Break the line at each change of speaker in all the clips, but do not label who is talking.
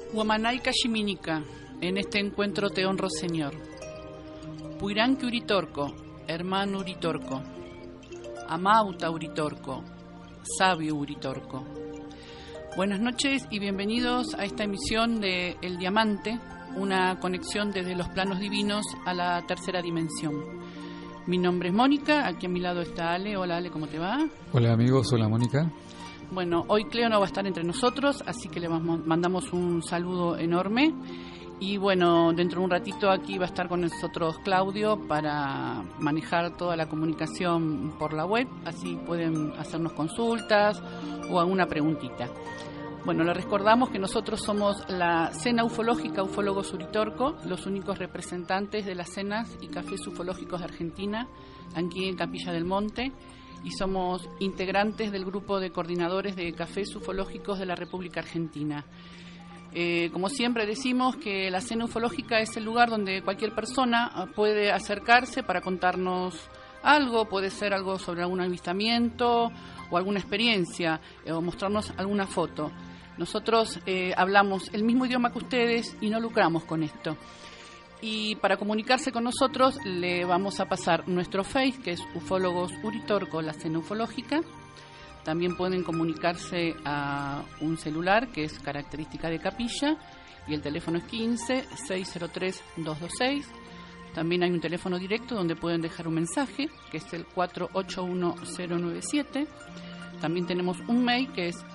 Huamanaica Shiminica, en este encuentro te honro, Señor. Puiranque Uritorco, hermano Uritorco. Amauta Uritorco, sabio Uritorco. Buenas noches y bienvenidos a esta emisión de El Diamante, una conexión desde los planos divinos a la tercera dimensión. Mi nombre es Mónica, aquí a mi lado está Ale. Hola Ale, ¿cómo te va?
Hola amigos, hola Mónica.
Bueno, hoy Cleo no va a estar entre nosotros, así que le mandamos un saludo enorme. Y bueno, dentro de un ratito aquí va a estar con nosotros Claudio para manejar toda la comunicación por la web, así pueden hacernos consultas o alguna preguntita. Bueno, les recordamos que nosotros somos la Cena Ufológica Ufólogos Uritorco, los únicos representantes de las cenas y cafés ufológicos de Argentina, aquí en Capilla del Monte, y somos integrantes del grupo de coordinadores de cafés ufológicos de la República Argentina. Como siempre decimos que la Cena Ufológica es el lugar donde cualquier persona puede acercarse para contarnos algo, puede ser algo sobre algún avistamiento o alguna experiencia, o mostrarnos alguna foto. Nosotros hablamos el mismo idioma que ustedes y no lucramos con esto. Y para comunicarse con nosotros le vamos a pasar nuestro Face, que es Ufólogos Uritorco, la Cena Ufológica. También pueden comunicarse a un celular, que es característica de Capilla, y el teléfono es 15-603-226. También hay un teléfono directo donde pueden dejar un mensaje, que es el 481-097. También tenemos un mail, que es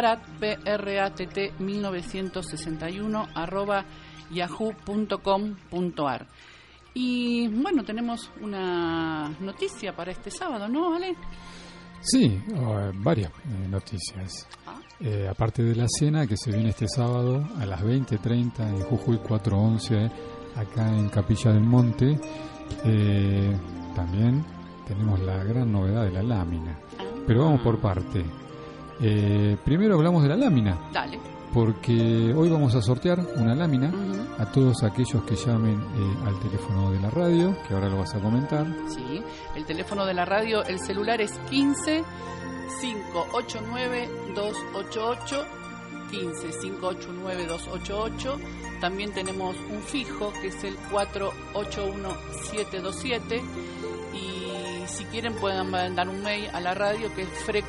pratt1961@yahoo.com.ar. Y bueno, tenemos una noticia para este sábado, ¿no, Ale?
Sí, varias noticias. Aparte de la cena que se viene este sábado a las 20:30 en Jujuy 411, acá en Capilla del Monte, también tenemos la gran novedad de la lámina. Pero vamos por parte. Primero hablamos de la lámina.
Dale.
Porque hoy vamos a sortear una lámina a todos aquellos que llamen al teléfono de la radio, que ahora lo vas a comentar.
Sí, el teléfono de la radio, el celular es 15-589-288, 15-589-288. También tenemos un fijo, que es el 481-727. Y si quieren pueden mandar un mail a la radio, que es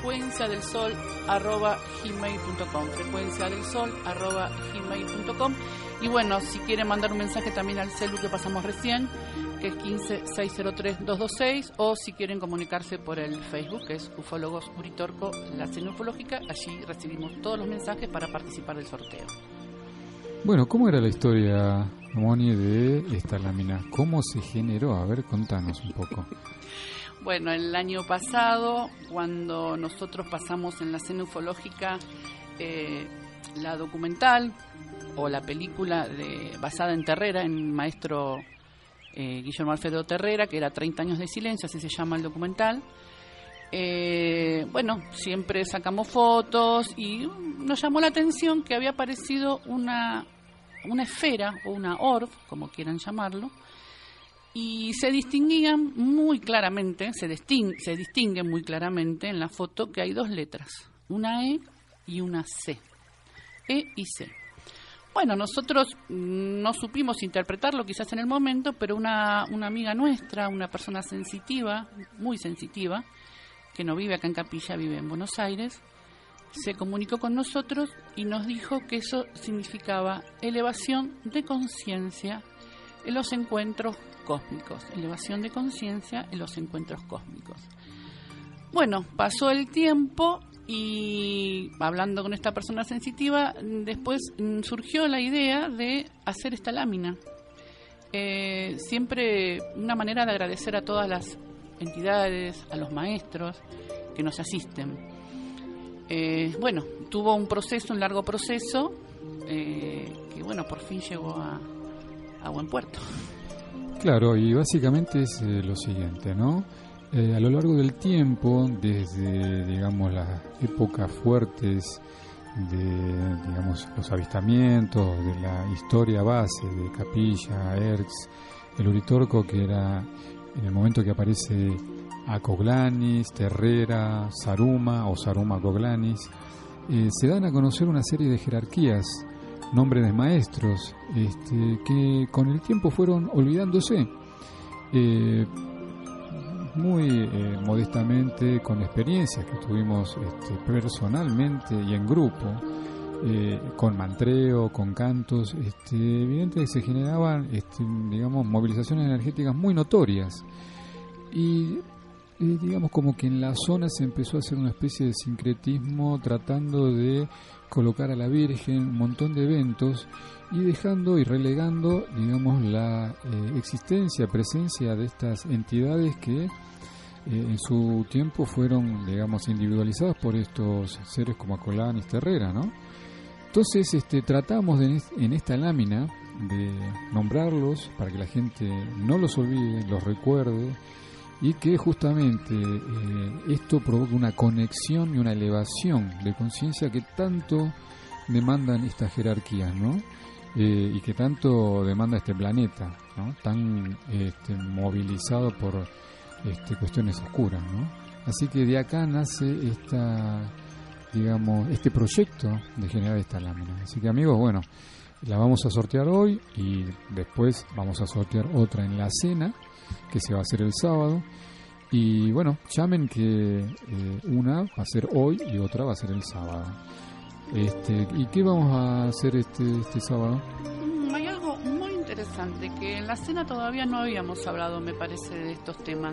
frecuenciadelsol@gmail.com, frecuenciadelsol@gmail.com. Y bueno, si quieren mandar un mensaje también al celu que pasamos recién, que es 15-603-226, o si quieren comunicarse por el Facebook, que es Ufólogos Uritorco, la Cena Ufológica. Allí recibimos todos los mensajes para participar del sorteo.
Bueno, ¿cómo era la historia, Moni, de esta lámina? ¿Cómo se generó? A ver, contanos un poco.
Bueno, el año pasado, cuando nosotros pasamos en la Cena Ufológica la documental o la película basada en Terrera, en maestro Guillermo Alfredo Terrera, que era 30 años de silencio, así se llama el documental. Bueno, siempre sacamos fotos y nos llamó la atención que había aparecido una esfera o una orb, como quieran llamarlo, y se distinguían muy claramente, se distingue muy claramente en la foto que hay dos letras, una E y una C, E y C. Bueno, nosotros no supimos interpretarlo quizás en el momento, pero una amiga nuestra, una persona sensitiva, muy sensitiva, que no vive acá en Capilla, vive en Buenos Aires, se comunicó con nosotros y nos dijo que eso significaba elevación de conciencia en los encuentros cósmicos, elevación de conciencia en los encuentros cósmicos. Bueno, pasó el tiempo y hablando con esta persona sensitiva, después surgió la idea de hacer esta lámina. Siempre una manera de agradecer a todas las entidades, a los maestros que nos asisten. Bueno, tuvo un largo proceso, que bueno, por fin llegó a buen puerto.
Claro, y básicamente es lo siguiente, ¿no? A lo largo del tiempo, desde, digamos, las épocas fuertes de, digamos, los avistamientos, de la historia base de Capilla, Erx, el Uritorco, que era en el momento que aparece Acoglanis, Terrera, Saruma o Saruma Acoglanis, se dan a conocer una serie de jerarquías nombres de maestros que con el tiempo fueron olvidándose. Muy modestamente, con experiencias que tuvimos personalmente y en grupo, con mantreo, con cantos, evidente que se generaban digamos, movilizaciones energéticas muy notorias, y digamos como que en la zona se empezó a hacer una especie de sincretismo, tratando de colocar a la Virgen, un montón de eventos, y dejando y relegando, digamos, la presencia de estas entidades que en su tiempo fueron, digamos, individualizadas por estos seres como Acolán y Terrera, ¿no? Entonces tratamos en esta lámina de nombrarlos para que la gente no los olvide, los recuerde, y que justamente esto provoque una conexión y una elevación de conciencia que tanto demandan estas jerarquías, ¿no? Y que tanto demanda este planeta, ¿no? Tan movilizado por cuestiones oscuras, ¿no? Así que de acá nace este proyecto de generar esta lámina. Así que, amigos, bueno, la vamos a sortear hoy y después vamos a sortear otra en la cena, que se va a hacer el sábado. Y bueno, llamen que una va a ser hoy y otra va a ser el sábado. ¿Y qué vamos a hacer este sábado?
Hay algo muy interesante, que en la cena todavía no habíamos hablado, me parece, de estos temas.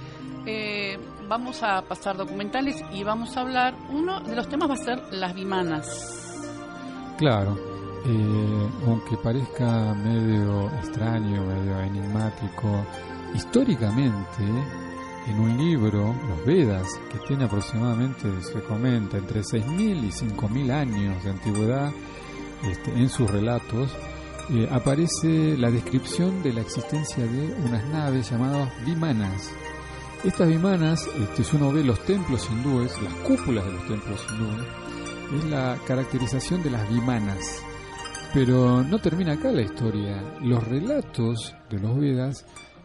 Vamos a pasar documentales y vamos a hablar, uno de los temas va a ser las vimanas.
Claro, aunque parezca medio extraño, medio enigmático, históricamente, en un libro, los Vedas, que tiene aproximadamente, se comenta, entre 6.000 y 5.000 años de antigüedad, en sus relatos, aparece la descripción de la existencia de unas naves llamadas vimanas. Estas vimanas, si uno ve los templos hindúes, las cúpulas de los templos hindúes, es la caracterización de las vimanas. Pero no termina acá la historia. Los relatos de los Vedas,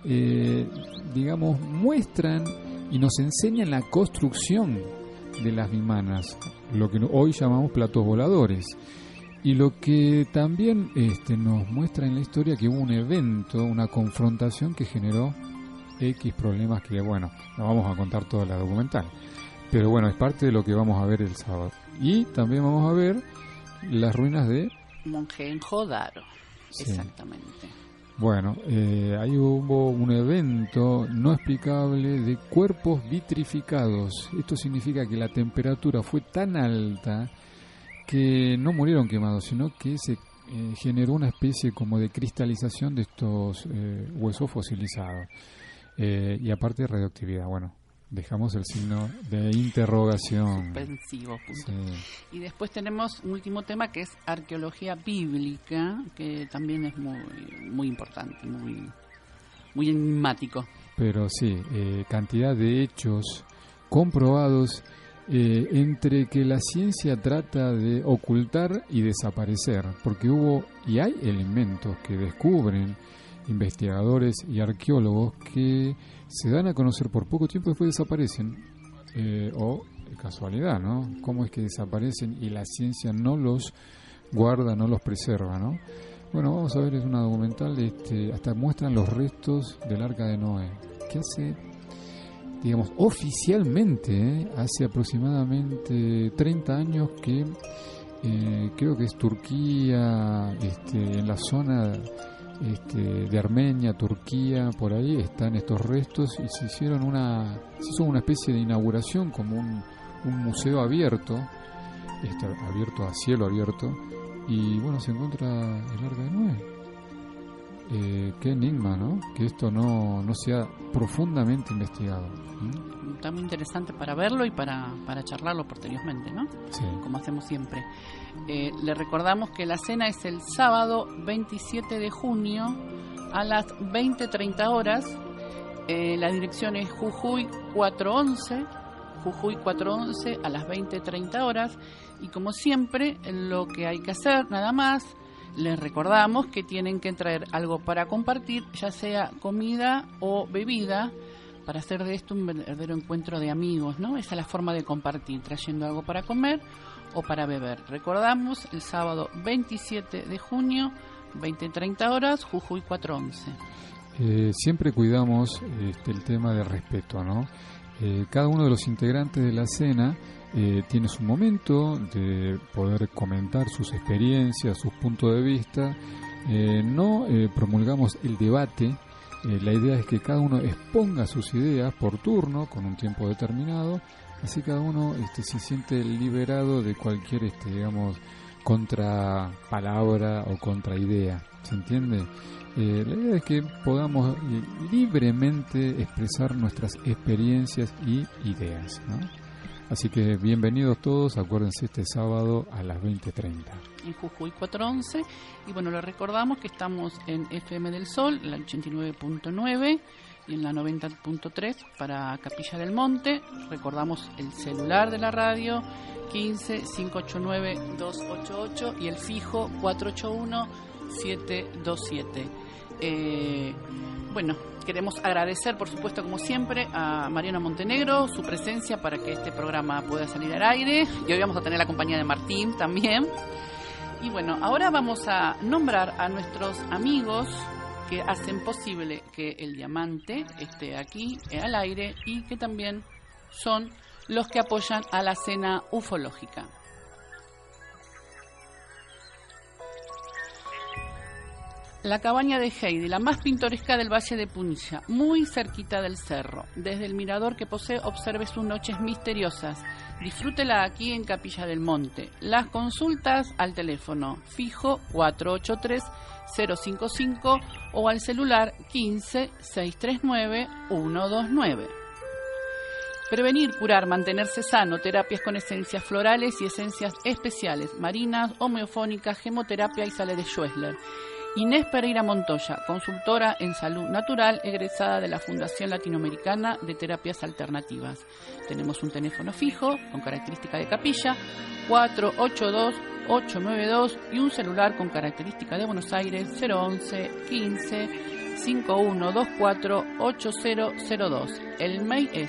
digamos, muestran y nos enseñan la construcción de las vimanas, lo que hoy llamamos platos voladores. Y lo que también nos muestra en la historia que hubo un evento, una confrontación que generó X problemas que, bueno, no vamos a contar toda la documental. Pero bueno, es parte de lo que vamos a ver el sábado. Y también vamos a ver las ruinas de
Mohenjo-Daro.
Sí.
Exactamente.
Bueno, ahí hubo un evento no explicable de cuerpos vitrificados. Esto significa que la temperatura fue tan alta que no murieron quemados, sino que se generó una especie como de cristalización de estos huesos fosilizados. Y aparte de radioactividad, bueno, dejamos el signo de interrogación.
Suspensivo, punto.
Sí.
Y después tenemos un último tema que es arqueología bíblica, que también es muy, muy importante, muy, muy enigmático.
Pero sí, cantidad de hechos comprobados entre que la ciencia trata de ocultar y desaparecer, porque hubo y hay elementos que descubren investigadores y arqueólogos que se dan a conocer por poco tiempo y después desaparecen, o casualidad, ¿no? ¿Cómo es que desaparecen y la ciencia no los guarda, no los preserva, ¿no? Bueno, vamos a ver, es una documental, hasta muestran los restos del Arca de Noé, que hace, digamos, oficialmente, hace aproximadamente 30 años que creo que es Turquía, en la zona de Armenia, Turquía, por ahí están estos restos y se hizo una especie de inauguración como un museo abierto, abierto a cielo abierto, y bueno, se encuentra el Arca de Noé. Qué enigma, ¿no? Que esto no sea profundamente investigado.
Está muy interesante para verlo y para charlarlo posteriormente, ¿no?
Sí.
Como hacemos siempre. Le recordamos que la cena es el sábado 27 de junio a las 20:30 horas. La dirección es Jujuy 411 a las 20:30 horas. Y como siempre, lo que hay que hacer nada más, les recordamos que tienen que traer algo para compartir, ya sea comida o bebida, para hacer de esto un verdadero encuentro de amigos, ¿no? Esa es la forma de compartir, trayendo algo para comer o para beber. Recordamos, el sábado 27 de junio, 20-30 horas, Jujuy 411.
Siempre cuidamos el tema del respeto, ¿no? Cada uno de los integrantes de la cena tiene su momento de poder comentar sus experiencias, sus puntos de vista. No promulgamos el debate. La idea es que cada uno exponga sus ideas por turno, con un tiempo determinado, así cada uno se siente liberado de cualquier, digamos, contrapalabra o contraidea. ¿Se entiende? La idea es que podamos libremente expresar nuestras experiencias y ideas, ¿no? Así que bienvenidos todos, acuérdense, este sábado a las 20:30.
En Jujuy 411, y bueno, les recordamos que estamos en FM del Sol, la 89.9 y en la 90.3 para Capilla del Monte. Recordamos el celular de la radio, 15-589-288, y el fijo 481-727. Bueno, queremos agradecer, por supuesto, como siempre, a Mariano Montenegro su presencia para que este programa pueda salir al aire. Y hoy vamos a tener la compañía de Martín también. Y bueno, ahora vamos a nombrar a nuestros amigos que hacen posible que el Diamante esté aquí al aire y que también son los que apoyan a la cena ufológica. La cabaña de Heidi, la más pintoresca del Valle de Punilla, muy cerquita del cerro. Desde el mirador que posee, observe sus noches misteriosas. Disfrútela aquí en Capilla del Monte. Las consultas al teléfono fijo 483-055 o al celular 15-639-129. Prevenir, curar, mantenerse sano, terapias con esencias florales y esencias especiales, marinas, homeofónicas, gemoterapia y sales de Schwessler. Inés Pereira Montoya, consultora en salud natural, egresada de la Fundación Latinoamericana de Terapias Alternativas. Tenemos un teléfono fijo con característica de Capilla, 482-892, y un celular con característica de Buenos Aires, 011-15-5124-8002. El mail es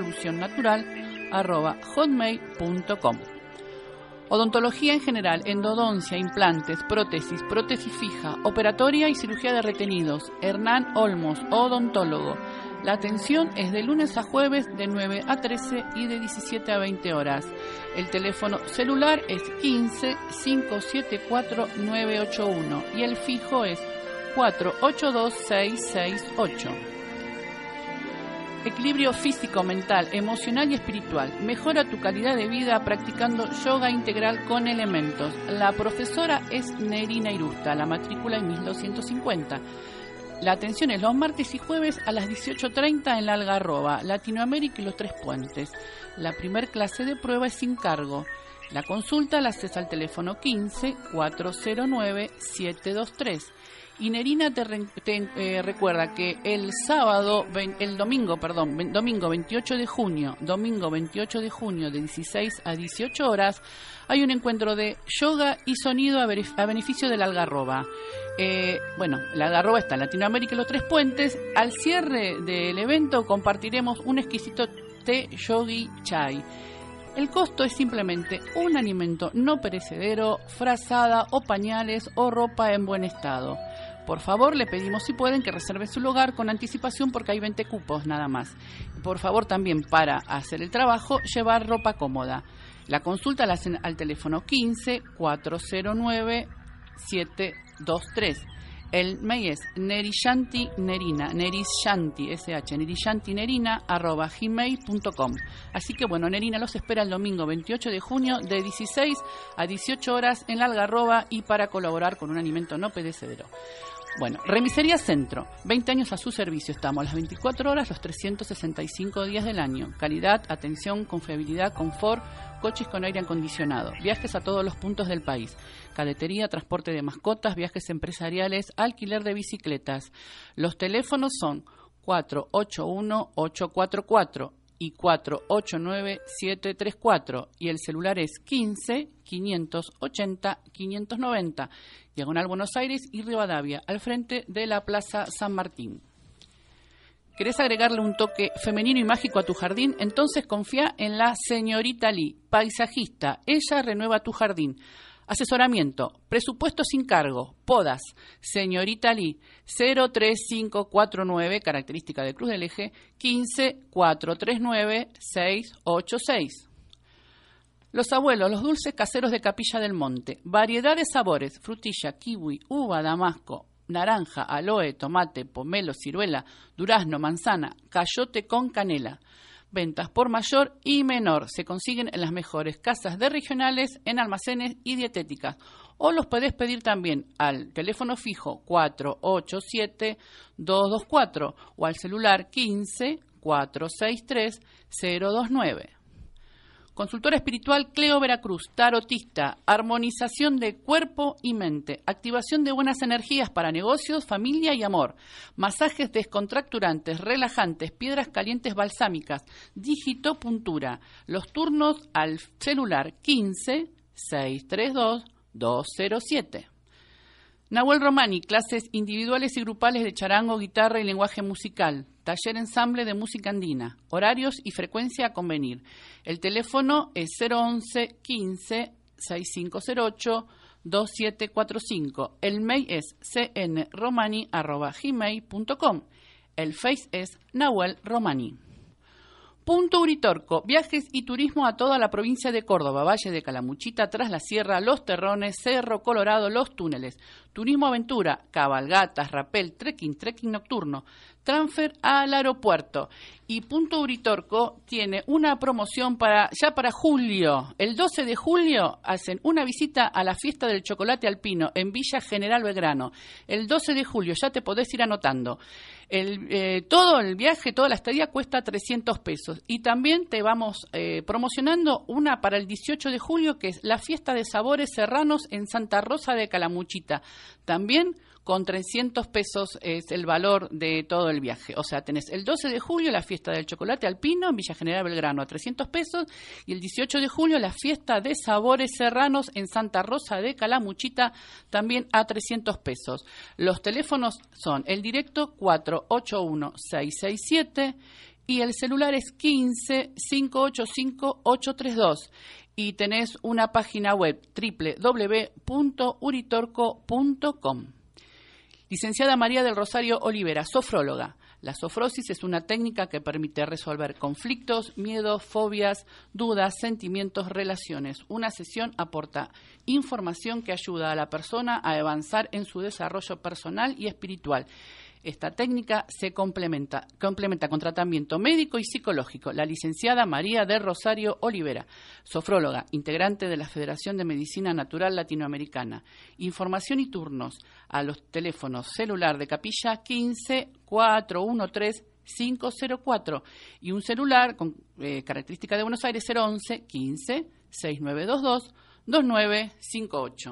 evolucionnatural@hotmail.com. Odontología en general, endodoncia, implantes, prótesis fija, operatoria y cirugía de retenidos. Hernán Olmos, odontólogo. La atención es de lunes a jueves de 9 a 13 y de 17 a 20 horas. El teléfono celular es 15-574-981 y el fijo es 482-668. Equilibrio físico, mental, emocional y espiritual. Mejora tu calidad de vida practicando yoga integral con elementos. La profesora es Nerina Irusta, la matrícula es 1250. La atención es los martes y jueves a las 18:30 en la Algarroba, Latinoamérica y los Tres Puentes. La primer clase de prueba es sin cargo. La consulta la haces al teléfono 15-409-723. Y Nerina te recuerda que domingo 28 de junio de 16 a 18 horas, hay un encuentro de yoga y sonido a beneficio de la Algarroba. La Algarroba está en Latinoamérica y los Tres Puentes. Al cierre del evento compartiremos un exquisito té yogi chai. El costo es simplemente un alimento no perecedero, frazada o pañales o ropa en buen estado. Por favor, le pedimos si pueden que reserven su lugar con anticipación porque hay 20 cupos nada más. Por favor, también para hacer el trabajo, llevar ropa cómoda. La consulta la hacen al teléfono 15-409-723. El mail es nerishantinerina@gmail.com. Así que bueno, Nerina los espera el domingo 28 de junio de 16 a 18 horas en la Algarroba y para colaborar con un alimento no perecedero. Bueno, Remisería Centro, 20 años a su servicio. Estamos las 24 horas, los 365 días del año. Calidad, atención, confiabilidad, confort, coches con aire acondicionado, viajes a todos los puntos del país, cadetería, transporte de mascotas, viajes empresariales, alquiler de bicicletas. Los teléfonos son 481-844 y 489-734 y el celular es 15-580-590, diagonal Buenos Aires y Rivadavia, al frente de la Plaza San Martín. ¿Querés agregarle un toque femenino y mágico a tu jardín? Entonces confía en la señorita Lee, paisajista. Ella renueva tu jardín. Asesoramiento, presupuesto sin cargo, podas, señorita Lee, 03549, característica de Cruz del Eje, 15439-686. Los abuelos, los dulces caseros de Capilla del Monte, variedad de sabores, frutilla, kiwi, uva, damasco, naranja, aloe, tomate, pomelo, ciruela, durazno, manzana, cayote con canela. Ventas por mayor y menor. Se consiguen en las mejores casas de regionales, en almacenes y dietéticas. O los podés pedir también al teléfono fijo 487-224 o al celular 15-463-029. Consultora espiritual Cleo Veracruz, tarotista, armonización de cuerpo y mente, activación de buenas energías para negocios, familia y amor, masajes descontracturantes, relajantes, piedras calientes balsámicas, digitopuntura, los turnos al celular 15-632-207. Nahuel Romani, clases individuales y grupales de charango, guitarra y lenguaje musical. Taller ensamble de música andina. Horarios y frecuencia a convenir. El teléfono es 011 15 6508 2745. El mail es cnromani@gmail.com. El face es Nahuel Romani. Punto Uritorco, viajes y turismo a toda la provincia de Córdoba, Valle de Calamuchita, Tras la Sierra, Los Terrones, Cerro Colorado, Los Túneles, turismo aventura, cabalgatas, rapel, trekking nocturno, transfer al aeropuerto. Y Punto Uritorco tiene una promoción para julio. El 12 de julio hacen una visita a la fiesta del chocolate alpino en Villa General Belgrano. El 12 de julio, ya te podés ir anotando. Todo el viaje, toda la estadía cuesta 300 pesos. Y también te vamos promocionando una para el 18 de julio, que es la fiesta de sabores serranos en Santa Rosa de Calamuchita. También con 300 pesos es el valor de todo el viaje. O sea, tenés el 12 de julio la fiesta del chocolate alpino en Villa General Belgrano a 300 pesos y el 18 de julio la fiesta de sabores serranos en Santa Rosa de Calamuchita también a 300 pesos. Los teléfonos son el directo 481-667 y el celular es 15-585-832. Y tenés una página web www.uritorco.com. Licenciada María del Rosario Olivera, sofróloga. La sofrosis es una técnica que permite resolver conflictos, miedos, fobias, dudas, sentimientos, relaciones. Una sesión aporta información que ayuda a la persona a avanzar en su desarrollo personal y espiritual. Esta técnica se complementa con tratamiento médico y psicológico. La licenciada María del Rosario Olivera, sofróloga, integrante de la Federación de Medicina Natural Latinoamericana. Información y turnos a los teléfonos celular de Capilla 15-413-504 y un celular con característica de Buenos Aires 011 15 6922 2958.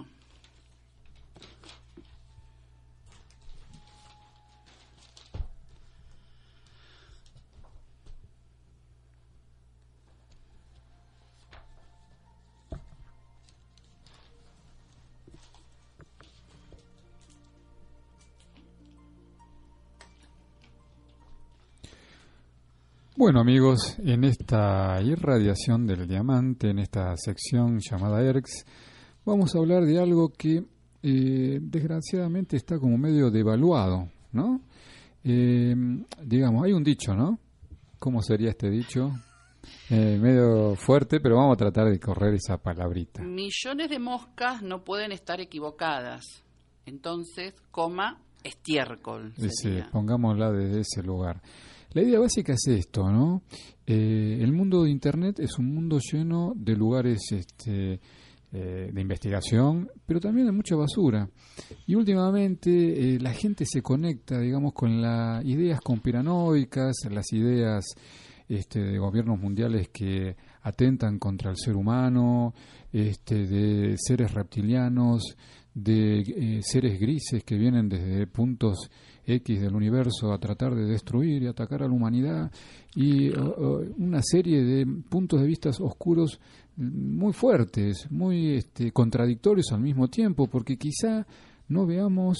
Bueno amigos, en esta irradiación del diamante, en esta sección llamada ERX, vamos a hablar de algo que desgraciadamente está como medio devaluado, ¿no? Digamos, hay un dicho, ¿no? ¿Cómo sería este dicho? Medio fuerte, pero vamos a tratar de correr esa palabrita.
Millones de moscas no pueden estar equivocadas. Entonces, estiércol.
Sí, pongámosla desde ese lugar. La idea básica es esto, ¿no? El mundo de Internet es un mundo lleno de lugares de investigación, pero también de mucha basura. Y últimamente la gente se conecta, digamos, con las ideas conspiranoicas, las ideas de gobiernos mundiales que atentan contra el ser humano, de seres reptilianos, de seres grises que vienen desde puntos X del universo a tratar de destruir y atacar a la humanidad, y una serie de puntos de vista oscuros muy fuertes, muy contradictorios al mismo tiempo, porque quizá no veamos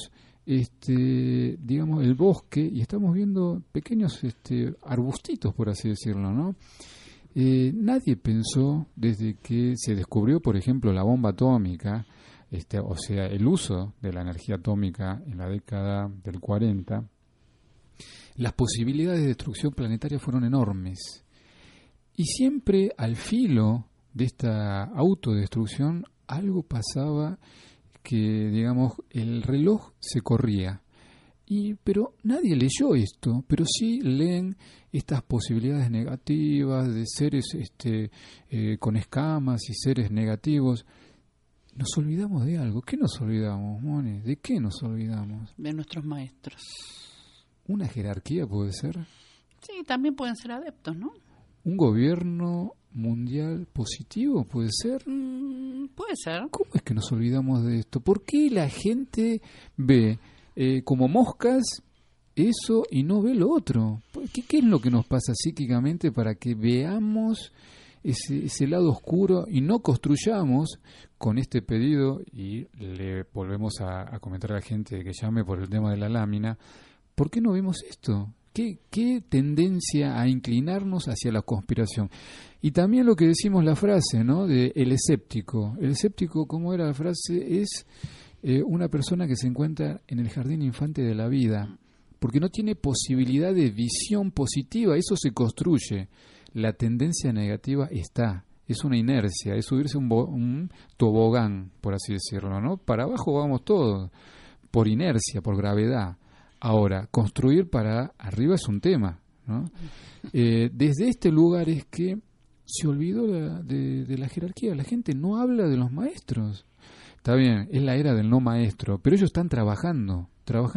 digamos, el bosque y estamos viendo pequeños arbustitos, por así decirlo, ¿no? Nadie pensó desde que se descubrió, por ejemplo, la bomba atómica, o sea, el uso de la energía atómica en la década del 40, las posibilidades de destrucción planetaria fueron enormes. Y siempre al filo de esta autodestrucción algo pasaba que, digamos, el reloj se corría. Pero nadie leyó esto, pero sí leen estas posibilidades negativas de seres con escamas y seres negativos. Nos olvidamos de algo. ¿Qué nos olvidamos, Mone? ¿De qué nos olvidamos?
De nuestros maestros.
¿Una jerarquía puede ser?
Sí, también pueden ser adeptos, ¿no?
¿Un gobierno mundial positivo puede ser?
Puede ser.
¿Cómo es que nos olvidamos de esto? ¿Por qué la gente ve como moscas eso y no ve lo otro? ¿Qué es lo que nos pasa psíquicamente para que veamos ese lado oscuro y no construyamos con este pedido? Y le volvemos a comentar a la gente que llame por el tema de la lámina. ¿Por qué no vemos esto? ¿Qué tendencia a inclinarnos hacia la conspiración? Y también lo que decimos la frase, ¿no? De el escéptico. El escéptico, ¿cómo era la frase? Es una persona que se encuentra en el jardín infante de la vida, porque no tiene posibilidad de visión positiva. Eso se construye. La tendencia negativa está. Es una inercia, es subirse un tobogán, por así decirlo, ¿no? Para abajo vamos todos, por inercia, por gravedad. Ahora, construir para arriba es un tema, ¿no? Desde este lugar es que se olvidó de la jerarquía. La gente no habla de los maestros. Está bien, es la era del no maestro, pero ellos están trabajando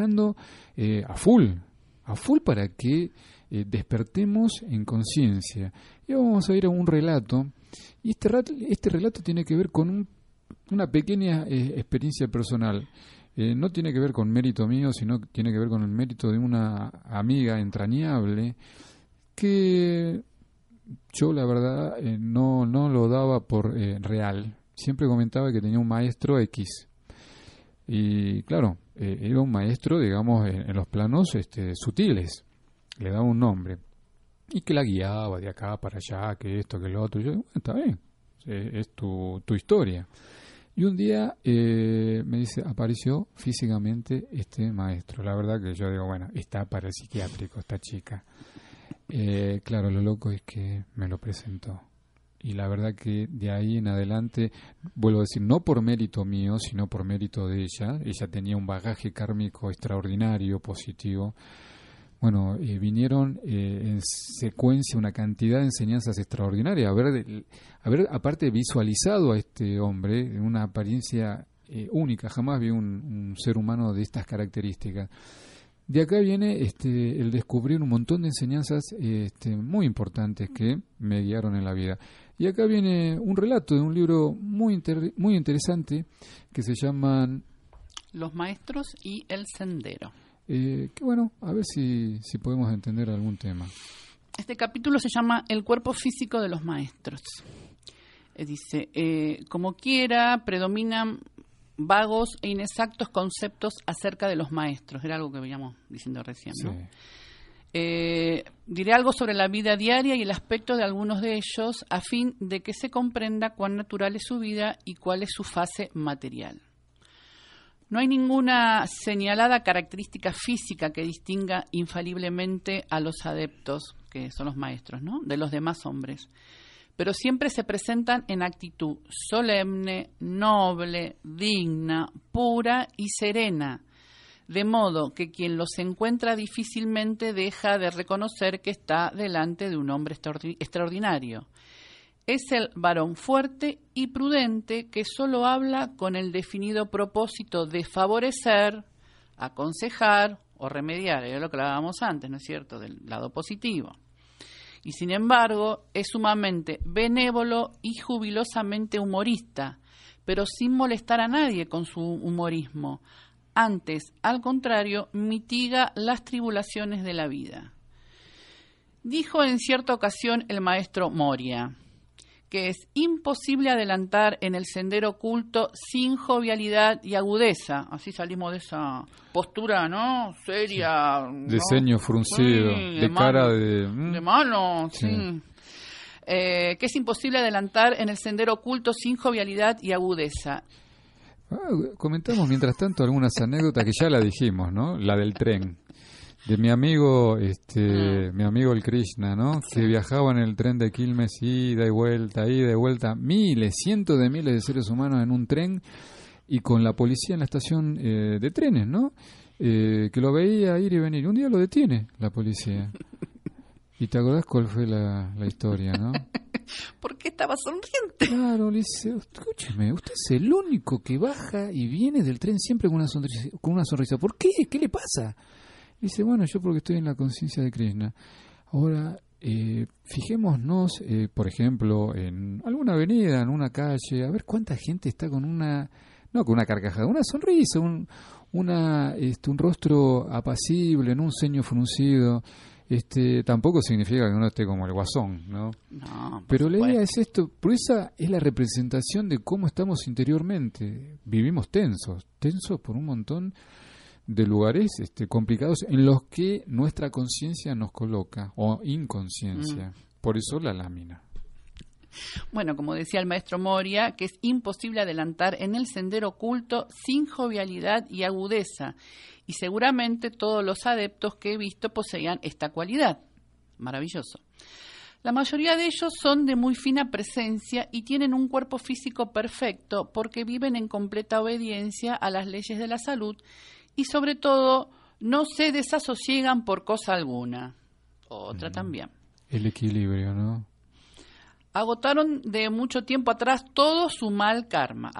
a full para que despertemos en conciencia. Y vamos a ir a un relato, y este relato tiene que ver con una pequeña experiencia personal. No tiene que ver con mérito mío, sino que tiene que ver con el mérito de una amiga entrañable que yo, la verdad, no lo daba por real. Siempre comentaba que tenía un maestro X. Y claro, era un maestro, digamos, en los planos sutiles. Le daba un nombre. Y que la guiaba de acá para allá, que esto, que lo otro. Y yo, bueno, está bien, es tu historia. Y un día me dice, apareció físicamente este maestro. La verdad que yo digo, bueno, está para el psiquiátrico esta chica. Claro, lo loco es que me lo presentó. Y la verdad que de ahí en adelante, vuelvo a decir, no por mérito mío, sino por mérito de ella. Ella tenía un bagaje kármico extraordinario, positivo. Bueno, vinieron en secuencia una cantidad de enseñanzas extraordinarias. Haber aparte visualizado a este hombre en una apariencia única. Jamás vi un ser humano de estas características. De acá viene el descubrir un montón de enseñanzas muy importantes que me guiaron en la vida. Y acá viene un relato de un libro muy interesante que se llama
Los maestros y el sendero.
Que bueno, a ver si podemos entender algún tema.
Este capítulo se llama El cuerpo físico de los maestros. Dice, como quiera, predominan vagos e inexactos conceptos acerca de los maestros. Era algo que veníamos diciendo recién, ¿no? Sí. Diré algo sobre la vida diaria y el aspecto de algunos de ellos a fin de que se comprenda cuán natural es su vida y cuál es su fase material. No hay ninguna señalada característica física que distinga infaliblemente a los adeptos, que son los maestros, ¿no?, de los demás hombres. Pero siempre se presentan en actitud solemne, noble, digna, pura y serena, de modo que quien los encuentra difícilmente deja de reconocer que está delante de un hombre extraordinario. Es el varón fuerte y prudente que solo habla con el definido propósito de favorecer, aconsejar o remediar. Era lo que hablábamos antes, ¿no es cierto?, del lado positivo. Y sin embargo, es sumamente benévolo y jubilosamente humorista, pero sin molestar a nadie con su humorismo. Antes, al contrario, mitiga las tribulaciones de la vida. Dijo en cierta ocasión el maestro Moria: que es imposible adelantar en el sendero oculto sin jovialidad y agudeza. Así salimos de esa postura, ¿no? Seria.
Sí.
¿no?
De ceño fruncido,
Sí,
de cara
mano,
de
mano, sí.
Sí.
Que es imposible adelantar en el sendero oculto sin jovialidad y agudeza.
Comentamos mientras tanto algunas anécdotas que ya la dijimos, ¿no? La del tren. De mi amigo, mi amigo el Krishna, ¿no? Que viajaba en el tren de Quilmes, ida y vuelta, miles, cientos de miles de seres humanos en un tren y con la policía en la estación de trenes, ¿no? Que lo veía ir y venir. Un día lo detiene la policía. ¿Y te acordás cuál fue la historia, no?
¿Por qué estaba sonriente?
Claro, le dice, escúcheme, usted es el único que baja y viene del tren siempre con una sonrisa. ¿Por qué? ¿Qué le pasa? Dice, bueno, yo porque estoy en la conciencia de Krishna. Ahora, fijémonos, por ejemplo, en alguna avenida, en una calle, a ver cuánta gente está con no con una carcajada, una sonrisa, un rostro apacible, en un ceño fruncido. Tampoco significa que uno esté como el guasón, ¿no? No, pero la idea es esto, por esa es la representación de cómo estamos interiormente. Vivimos tensos por un montón de lugares complicados en los que nuestra conciencia nos coloca, o inconsciencia. Por eso la lámina.
Bueno, como decía el maestro Moria, que es imposible adelantar en el sendero oculto sin jovialidad y agudeza. Y seguramente todos los adeptos que he visto poseían esta cualidad. Maravilloso. La mayoría de ellos son de muy fina presencia y tienen un cuerpo físico perfecto porque viven en completa obediencia a las leyes de la salud y sobre todo no se desasosiegan por cosa alguna. Otra también.
El equilibrio, ¿no?
Agotaron de mucho tiempo atrás todo su mal karma.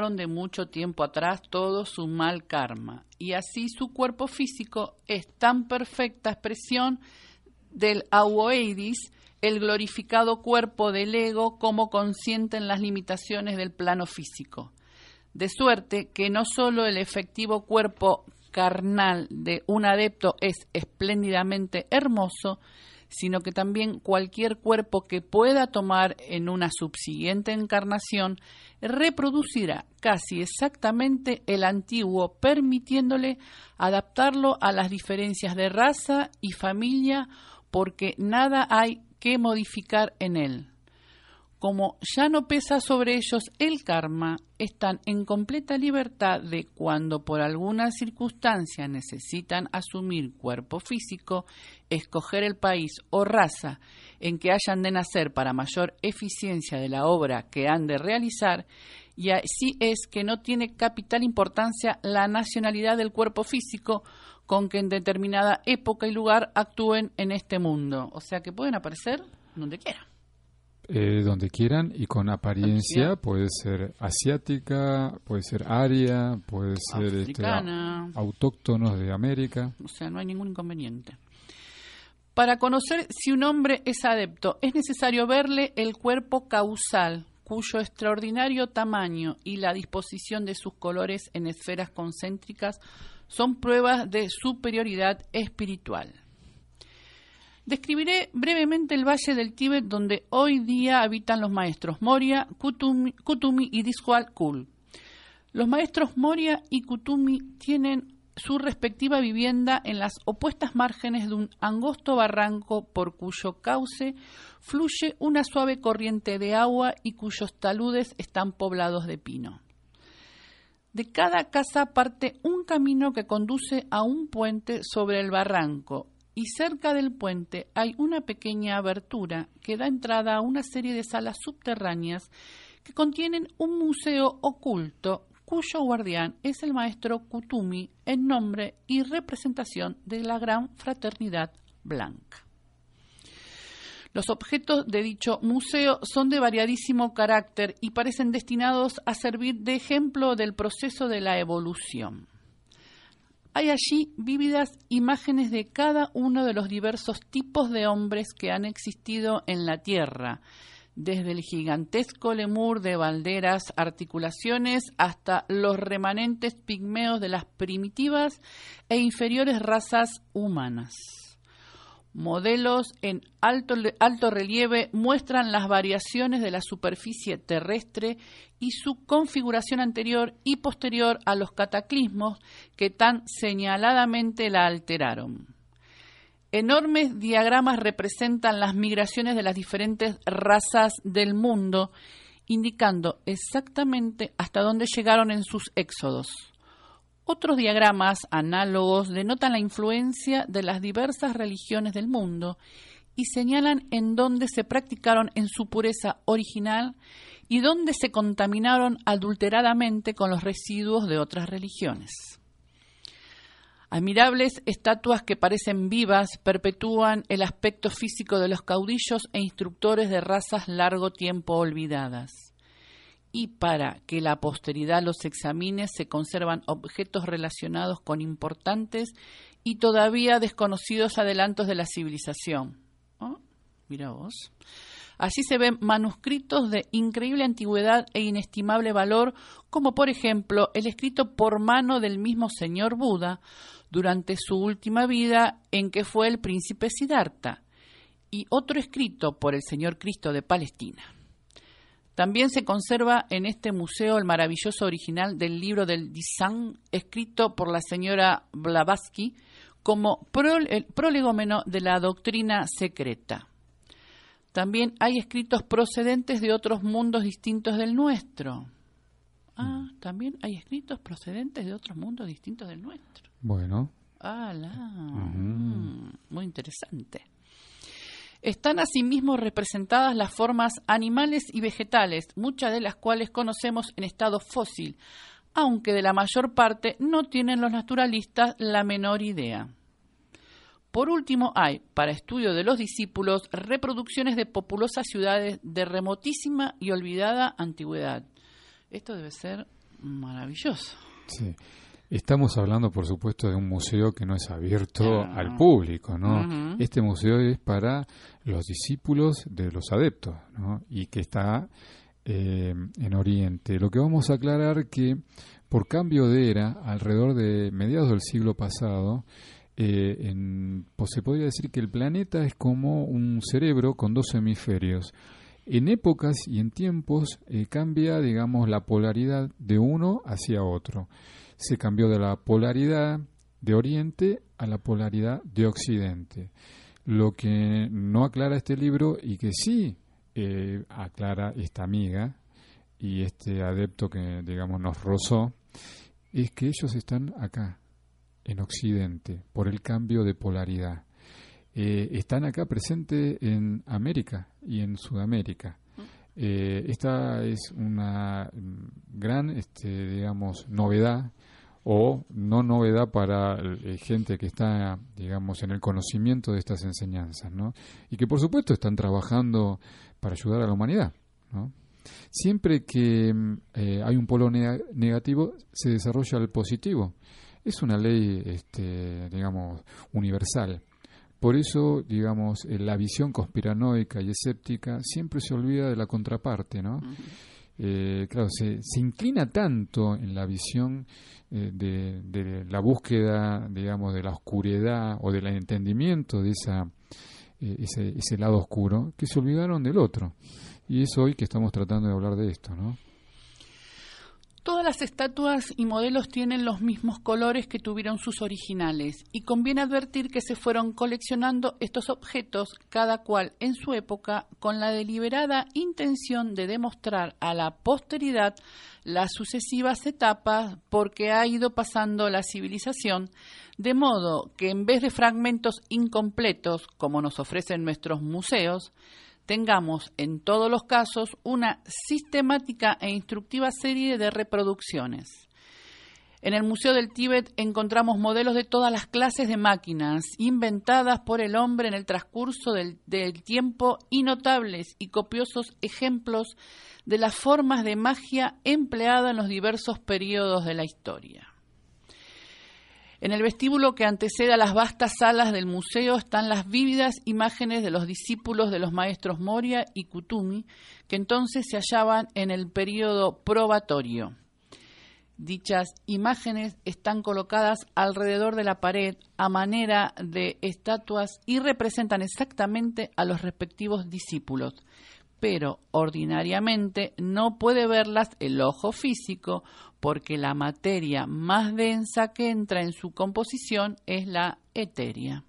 Y así su cuerpo físico es tan perfecta expresión del Auoedis, el glorificado cuerpo del ego, como consciente en las limitaciones del plano físico. De suerte que no solo el efectivo cuerpo carnal de un adepto es espléndidamente hermoso, sino que también cualquier cuerpo que pueda tomar en una subsiguiente encarnación reproducirá casi exactamente el antiguo, permitiéndole adaptarlo a las diferencias de raza y familia, porque nada hay que modificar en él. Como ya no pesa sobre ellos el karma, están en completa libertad de, cuando por alguna circunstancia necesitan asumir cuerpo físico, escoger el país o raza en que hayan de nacer para mayor eficiencia de la obra que han de realizar, y así es que no tiene capital importancia la nacionalidad del cuerpo físico con que en determinada época y lugar actúen en este mundo. O sea que pueden aparecer donde quieran.
Donde quieran y con apariencia, puede ser asiática, puede ser aria, puede ser autóctonos de América.
O sea, no hay ningún inconveniente. Para conocer si un hombre es adepto, es necesario verle el cuerpo causal, cuyo extraordinario tamaño y la disposición de sus colores en esferas concéntricas son pruebas de superioridad espiritual. Describiré brevemente el valle del Tíbet donde hoy día habitan los maestros Moria, Kutumi y Diswal Kul. Los maestros Moria y Kutumi tienen su respectiva vivienda en las opuestas márgenes de un angosto barranco por cuyo cauce fluye una suave corriente de agua y cuyos taludes están poblados de pino. De cada casa parte un camino que conduce a un puente sobre el barranco, y cerca del puente hay una pequeña abertura que da entrada a una serie de salas subterráneas que contienen un museo oculto cuyo guardián es el maestro Kutumi en nombre y representación de la Gran Fraternidad Blanca. Los objetos de dicho museo son de variadísimo carácter y parecen destinados a servir de ejemplo del proceso de la evolución. Hay allí vívidas imágenes de cada uno de los diversos tipos de hombres que han existido en la Tierra, desde el gigantesco lemur de balderas articulaciones hasta los remanentes pigmeos de las primitivas e inferiores razas humanas. Modelos en alto relieve muestran las variaciones de la superficie terrestre y su configuración anterior y posterior a los cataclismos que tan señaladamente la alteraron. Enormes diagramas representan las migraciones de las diferentes razas del mundo, indicando exactamente hasta dónde llegaron en sus éxodos. Otros diagramas análogos denotan la influencia de las diversas religiones del mundo y señalan en dónde se practicaron en su pureza original y dónde se contaminaron adulteradamente con los residuos de otras religiones. Admirables estatuas que parecen vivas perpetúan el aspecto físico de los caudillos e instructores de razas largo tiempo olvidadas. Y para que la posteridad los examine, se conservan objetos relacionados con importantes y todavía desconocidos adelantos de la civilización. Oh, mira vos. Así se ven manuscritos de increíble antigüedad e inestimable valor, como por ejemplo el escrito por mano del mismo señor Buda durante su última vida, en que fue el príncipe Siddhartha, y otro escrito por el señor Cristo de Palestina. También se conserva en este museo el maravilloso original del libro del Disang, escrito por la señora Blavatsky como prolegómeno de la doctrina secreta. También hay escritos procedentes de otros mundos distintos del nuestro. También hay escritos procedentes de otros mundos distintos del nuestro.
Bueno.
Muy interesante. Están asimismo representadas las formas animales y vegetales, muchas de las cuales conocemos en estado fósil, aunque de la mayor parte no tienen los naturalistas la menor idea. Por último, hay, para estudio de los discípulos, reproducciones de populosas ciudades de remotísima y olvidada antigüedad. Esto debe ser maravilloso.
Sí. Estamos hablando, por supuesto, de un museo que no es abierto al público, ¿no? Este museo es para los discípulos de los adeptos, ¿no? Y que está en Oriente. Lo que vamos a aclarar que por cambio de era, alrededor de mediados del siglo pasado, se podría decir que el planeta es como un cerebro con dos hemisferios. En épocas y en tiempos cambia, digamos, la polaridad de uno hacia otro. Se cambió de la polaridad de Oriente a la polaridad de Occidente. Lo que no aclara este libro y que sí aclara esta amiga y este adepto que, digamos, nos rozó, es que ellos están acá, en Occidente, por el cambio de polaridad. Están acá presentes en América y en Sudamérica. Esta es una gran, digamos, novedad, o no novedad para gente que está, digamos, en el conocimiento de estas enseñanzas, ¿no? Y que, por supuesto, están trabajando para ayudar a la humanidad, ¿no? Siempre que hay un polo negativo, se desarrolla el positivo. Es una ley, digamos, universal. Por eso, digamos, la visión conspiranoica y escéptica siempre se olvida de la contraparte, ¿no? Claro, se inclina tanto en la visión de la búsqueda, digamos, de la oscuridad o del entendimiento de ese lado oscuro, que se olvidaron del otro. Y es hoy que estamos tratando de hablar de esto, ¿no?
Todas las estatuas y modelos tienen los mismos colores que tuvieron sus originales, y conviene advertir que se fueron coleccionando estos objetos, cada cual en su época, con la deliberada intención de demostrar a la posteridad las sucesivas etapas por que ha ido pasando la civilización, de modo que en vez de fragmentos incompletos, como nos ofrecen nuestros museos, tengamos en todos los casos una sistemática e instructiva serie de reproducciones. En el Museo del Tíbet encontramos modelos de todas las clases de máquinas inventadas por el hombre en el transcurso del tiempo y notables y copiosos ejemplos de las formas de magia empleadas en los diversos periodos de la historia. En el vestíbulo que antecede a las vastas salas del museo están las vívidas imágenes de los discípulos de los maestros Moria y Kutumi, que entonces se hallaban en el período probatorio. Dichas imágenes están colocadas alrededor de la pared a manera de estatuas y representan exactamente a los respectivos discípulos, pero ordinariamente no puede verlas el ojo físico porque la materia más densa que entra en su composición es la etérea.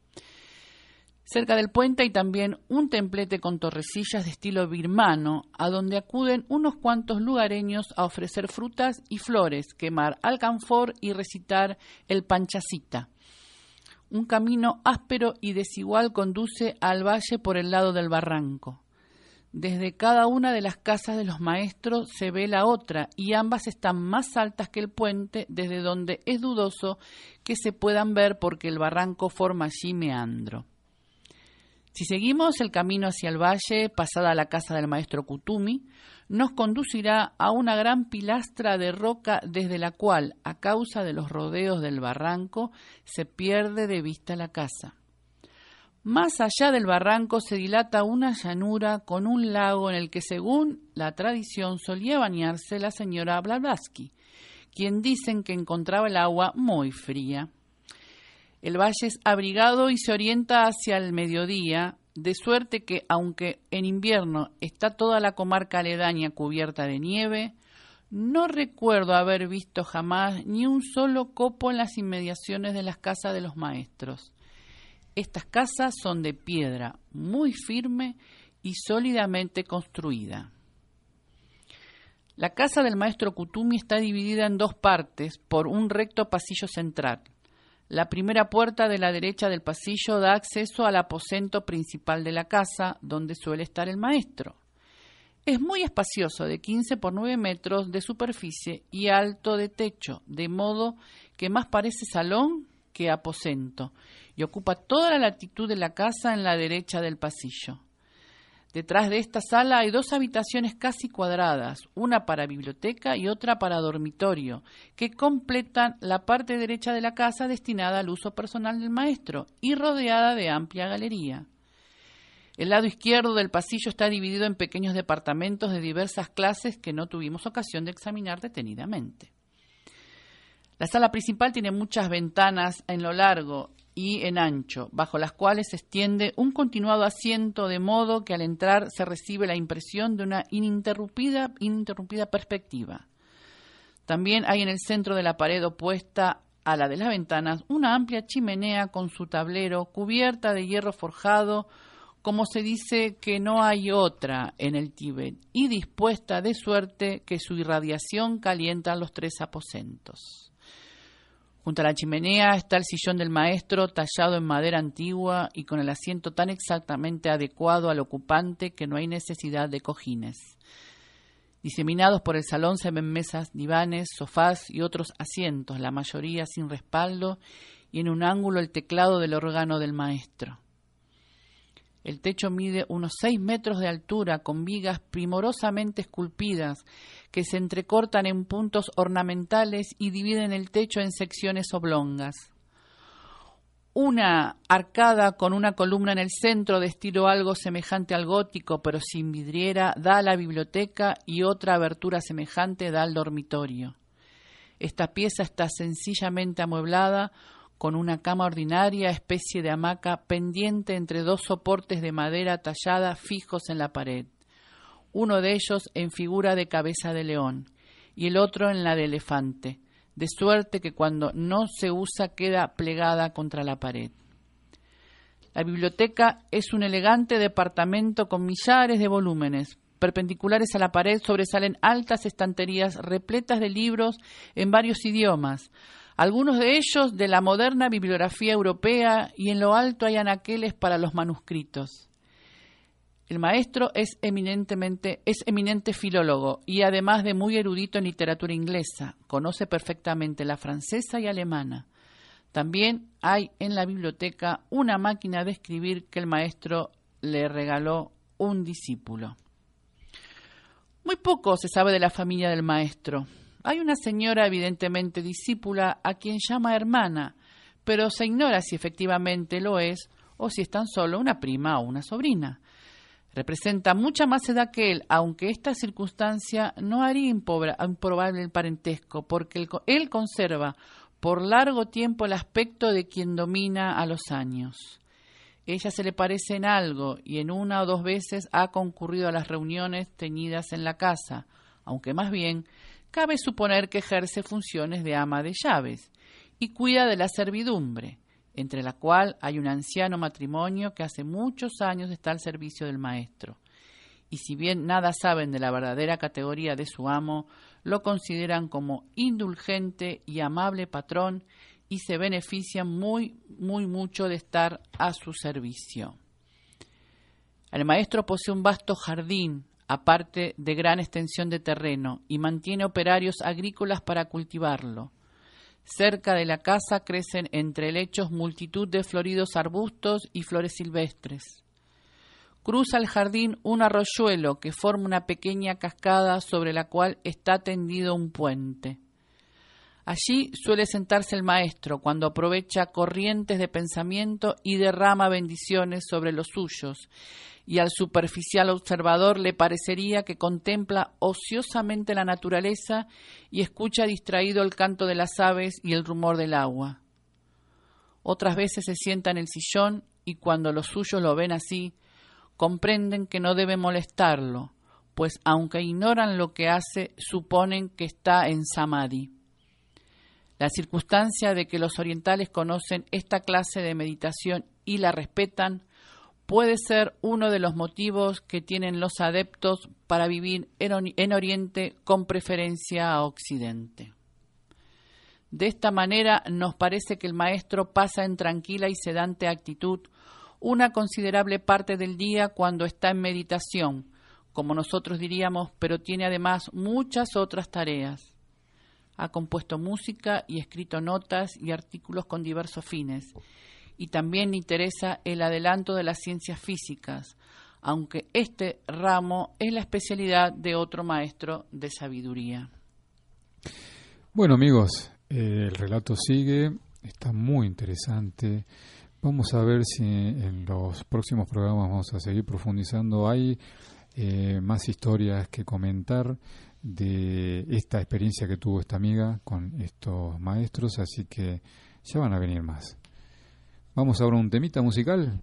Cerca del puente hay también un templete con torrecillas de estilo birmano, a donde acuden unos cuantos lugareños a ofrecer frutas y flores, quemar alcanfor y recitar el panchacita. Un camino áspero y desigual conduce al valle por el lado del barranco. Desde cada una de las casas de los maestros se ve la otra y ambas están más altas que el puente, desde donde es dudoso que se puedan ver porque el barranco forma allí meandro. Si seguimos el camino hacia el valle, pasada la casa del maestro Kutumi, nos conducirá a una gran pilastra de roca desde la cual, a causa de los rodeos del barranco, se pierde de vista la casa. Más allá del barranco se dilata una llanura con un lago en el que, según la tradición, solía bañarse la señora Blavatsky, quien dicen que encontraba el agua muy fría. El valle es abrigado y se orienta hacia el mediodía, de suerte que, aunque en invierno está toda la comarca aledaña cubierta de nieve, no recuerdo haber visto jamás ni un solo copo en las inmediaciones de las casas de los maestros. Estas casas son de piedra, muy firme y sólidamente construida. La casa del maestro Kutumi está dividida en dos partes por un recto pasillo central. La primera puerta de la derecha del pasillo da acceso al aposento principal de la casa, donde suele estar el maestro. Es muy espacioso, de 15 por 9 metros de superficie y alto de techo, de modo que más parece salón que aposento, y ocupa toda la latitud de la casa en la derecha del pasillo. Detrás de esta sala hay dos habitaciones casi cuadradas, una para biblioteca y otra para dormitorio, que completan la parte derecha de la casa destinada al uso personal del maestro y rodeada de amplia galería. El lado izquierdo del pasillo está dividido en pequeños departamentos de diversas clases que no tuvimos ocasión de examinar detenidamente. La sala principal tiene muchas ventanas en lo largo y en ancho, bajo las cuales se extiende un continuado asiento, de modo que al entrar se recibe la impresión de una ininterrumpida perspectiva. También hay en el centro de la pared opuesta a la de las ventanas una amplia chimenea con su tablero cubierta de hierro forjado, como se dice que no hay otra en el Tíbet, y dispuesta de suerte que su irradiación calienta los 3 aposentos. Junto a la chimenea está el sillón del maestro, tallado en madera antigua y con el asiento tan exactamente adecuado al ocupante que no hay necesidad de cojines. Diseminados por el salón se ven mesas, divanes, sofás y otros asientos, la mayoría sin respaldo, y en un ángulo el teclado del órgano del maestro. El techo mide unos 6 metros de altura, con vigas primorosamente esculpidas que se entrecortan en puntos ornamentales y dividen el techo en secciones oblongas. Una arcada con una columna en el centro de estilo algo semejante al gótico, pero sin vidriera, da a la biblioteca, y otra abertura semejante da al dormitorio. Esta pieza está sencillamente amueblada con una cama ordinaria, especie de hamaca, pendiente entre 2 soportes de madera tallada fijos en la pared, uno de ellos en figura de cabeza de león y el otro en la de elefante, de suerte que cuando no se usa queda plegada contra la pared. La biblioteca es un elegante departamento con millares de volúmenes. Perpendiculares a la pared sobresalen altas estanterías repletas de libros en varios idiomas, algunos de ellos de la moderna bibliografía europea, y en lo alto hay anaqueles para los manuscritos. El maestro es eminente filólogo y, además de muy erudito en literatura inglesa, conoce perfectamente la francesa y alemana. También hay en la biblioteca una máquina de escribir que el maestro le regaló un discípulo. Muy poco se sabe de la familia del maestro. Hay una señora evidentemente discípula a quien llama hermana, pero se ignora si efectivamente lo es o si es tan solo una prima o una sobrina. Representa mucha más edad que él, aunque esta circunstancia no haría improbable el parentesco, porque él conserva por largo tiempo el aspecto de quien domina a los años. Ella se le parece en algo y en 1 o 2 veces ha concurrido a las reuniones tenidas en la casa, aunque más bien cabe suponer que ejerce funciones de ama de llaves y cuida de la servidumbre, entre la cual hay un anciano matrimonio que hace muchos años está al servicio del maestro. Y si bien nada saben de la verdadera categoría de su amo, lo consideran como indulgente y amable patrón y se benefician muy mucho de estar a su servicio. El maestro posee un vasto jardín, aparte de gran extensión de terreno, y mantiene operarios agrícolas para cultivarlo. Cerca de la casa crecen entre helechos multitud de floridos arbustos y flores silvestres. Cruza el jardín un arroyuelo que forma una pequeña cascada sobre la cual está tendido un puente. Allí suele sentarse el maestro cuando aprovecha corrientes de pensamiento y derrama bendiciones sobre los suyos, y al superficial observador le parecería que contempla ociosamente la naturaleza y escucha distraído el canto de las aves y el rumor del agua. Otras veces se sienta en el sillón y cuando los suyos lo ven así, comprenden que no debe molestarlo, pues aunque ignoran lo que hace, suponen que está en samadhi. La circunstancia de que los orientales conocen esta clase de meditación y la respetan puede ser uno de los motivos que tienen los adeptos para vivir en Oriente con preferencia a Occidente. De esta manera nos parece que el maestro pasa en tranquila y sedante actitud una considerable parte del día cuando está en meditación, como nosotros diríamos, pero tiene además muchas otras tareas. Ha compuesto música y escrito notas y artículos con diversos fines, y también le interesa el adelanto de las ciencias físicas, aunque este ramo es la especialidad de otro maestro de sabiduría.
Bueno, amigos, el relato sigue, está muy interesante. Vamos a ver si en los próximos programas vamos a seguir profundizando. Hay más historias que comentar de esta experiencia que tuvo esta amiga con estos maestros, así que ya van a venir más. Vamos ahora a un temita musical.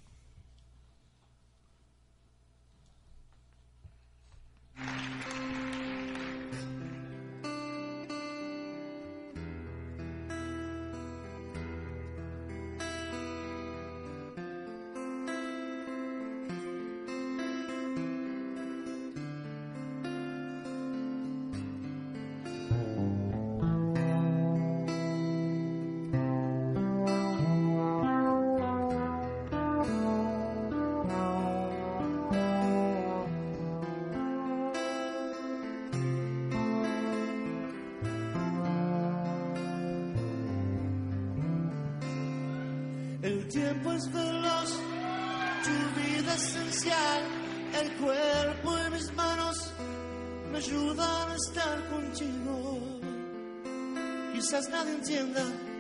El tiempo es veloz, tu vida esencial, el cuerpo en mis manos me ayudan a estar contigo. Quizás nadie entienda,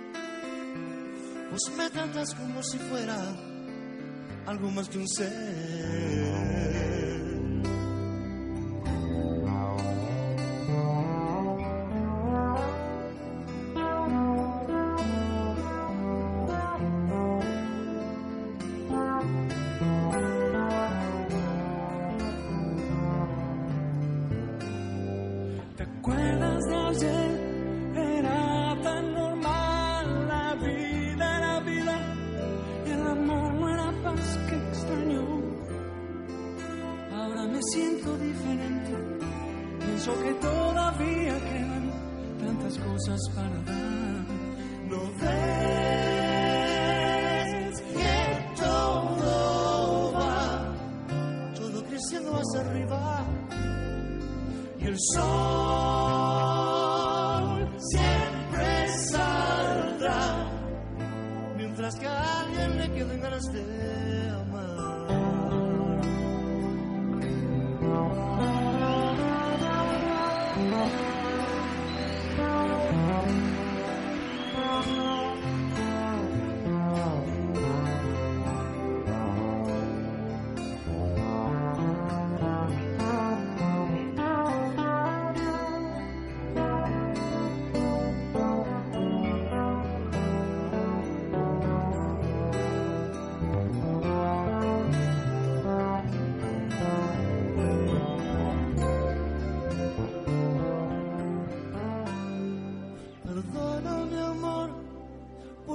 pues me tratas como si fuera algo más que un ser.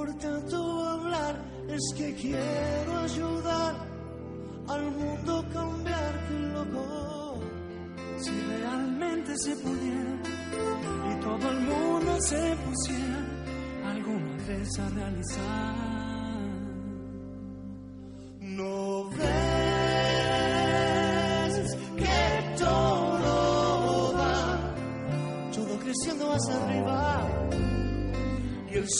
por tanto hablar, es que quiero ayudar al mundo a cambiar, que loco.
Si realmente se pudiera y todo el mundo se pusiera alguna vez a realizar.
¿No ves que todo va, todo creciendo hacia arriba? Y el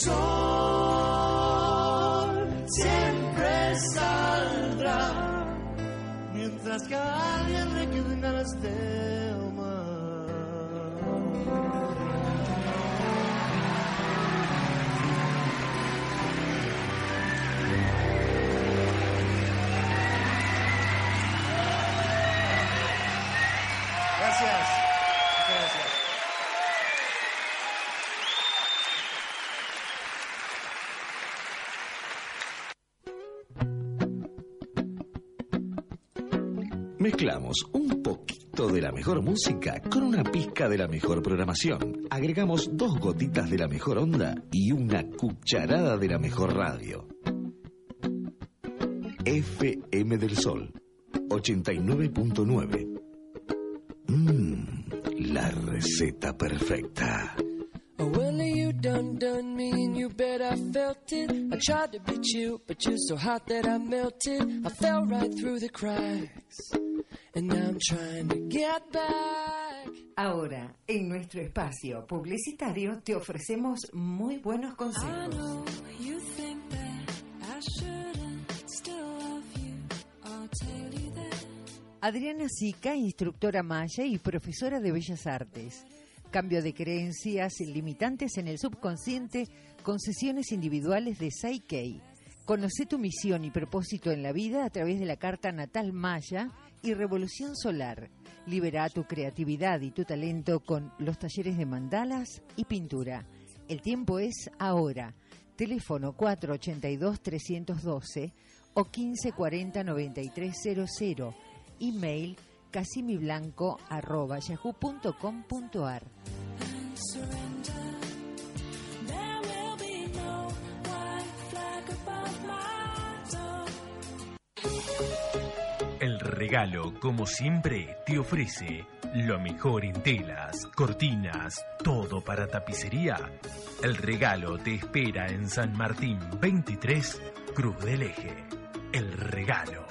sol siempre saldrá, mientras que a alguien le queden ganas de amar. Gracias. Muchas gracias.
Mezclamos un poquito de la mejor música con una pizca de la mejor programación. Agregamos 2 gotitas de la mejor onda y una cucharada de la mejor radio. FM del Sol 89.9. La receta perfecta.
Oh, well, you done me and you bet I felt it. I tried to be chill, but you're so hot that I melted. I fell right through the cracks, and now I'm trying to get back.
Ahora, en nuestro espacio publicitario, te ofrecemos muy buenos consejos.
I know you think that I shouldn't still love you. I'll tell you that.
Adriana Sica, instructora maya y profesora de Bellas Artes. Cambio de creencias limitantes en el subconsciente con sesiones individuales de Psyche. Conoce tu misión y propósito en la vida a través de la carta natal maya y revolución solar. Libera tu creatividad y tu talento con los talleres de mandalas y pintura. El tiempo es ahora. Teléfono 482-312 o 1540-9300. Email casimiblanco@yahoo.com.ar.
El regalo, como siempre, te ofrece lo mejor en telas, cortinas, todo para tapicería. El regalo te espera en San Martín 23, Cruz del Eje. El regalo.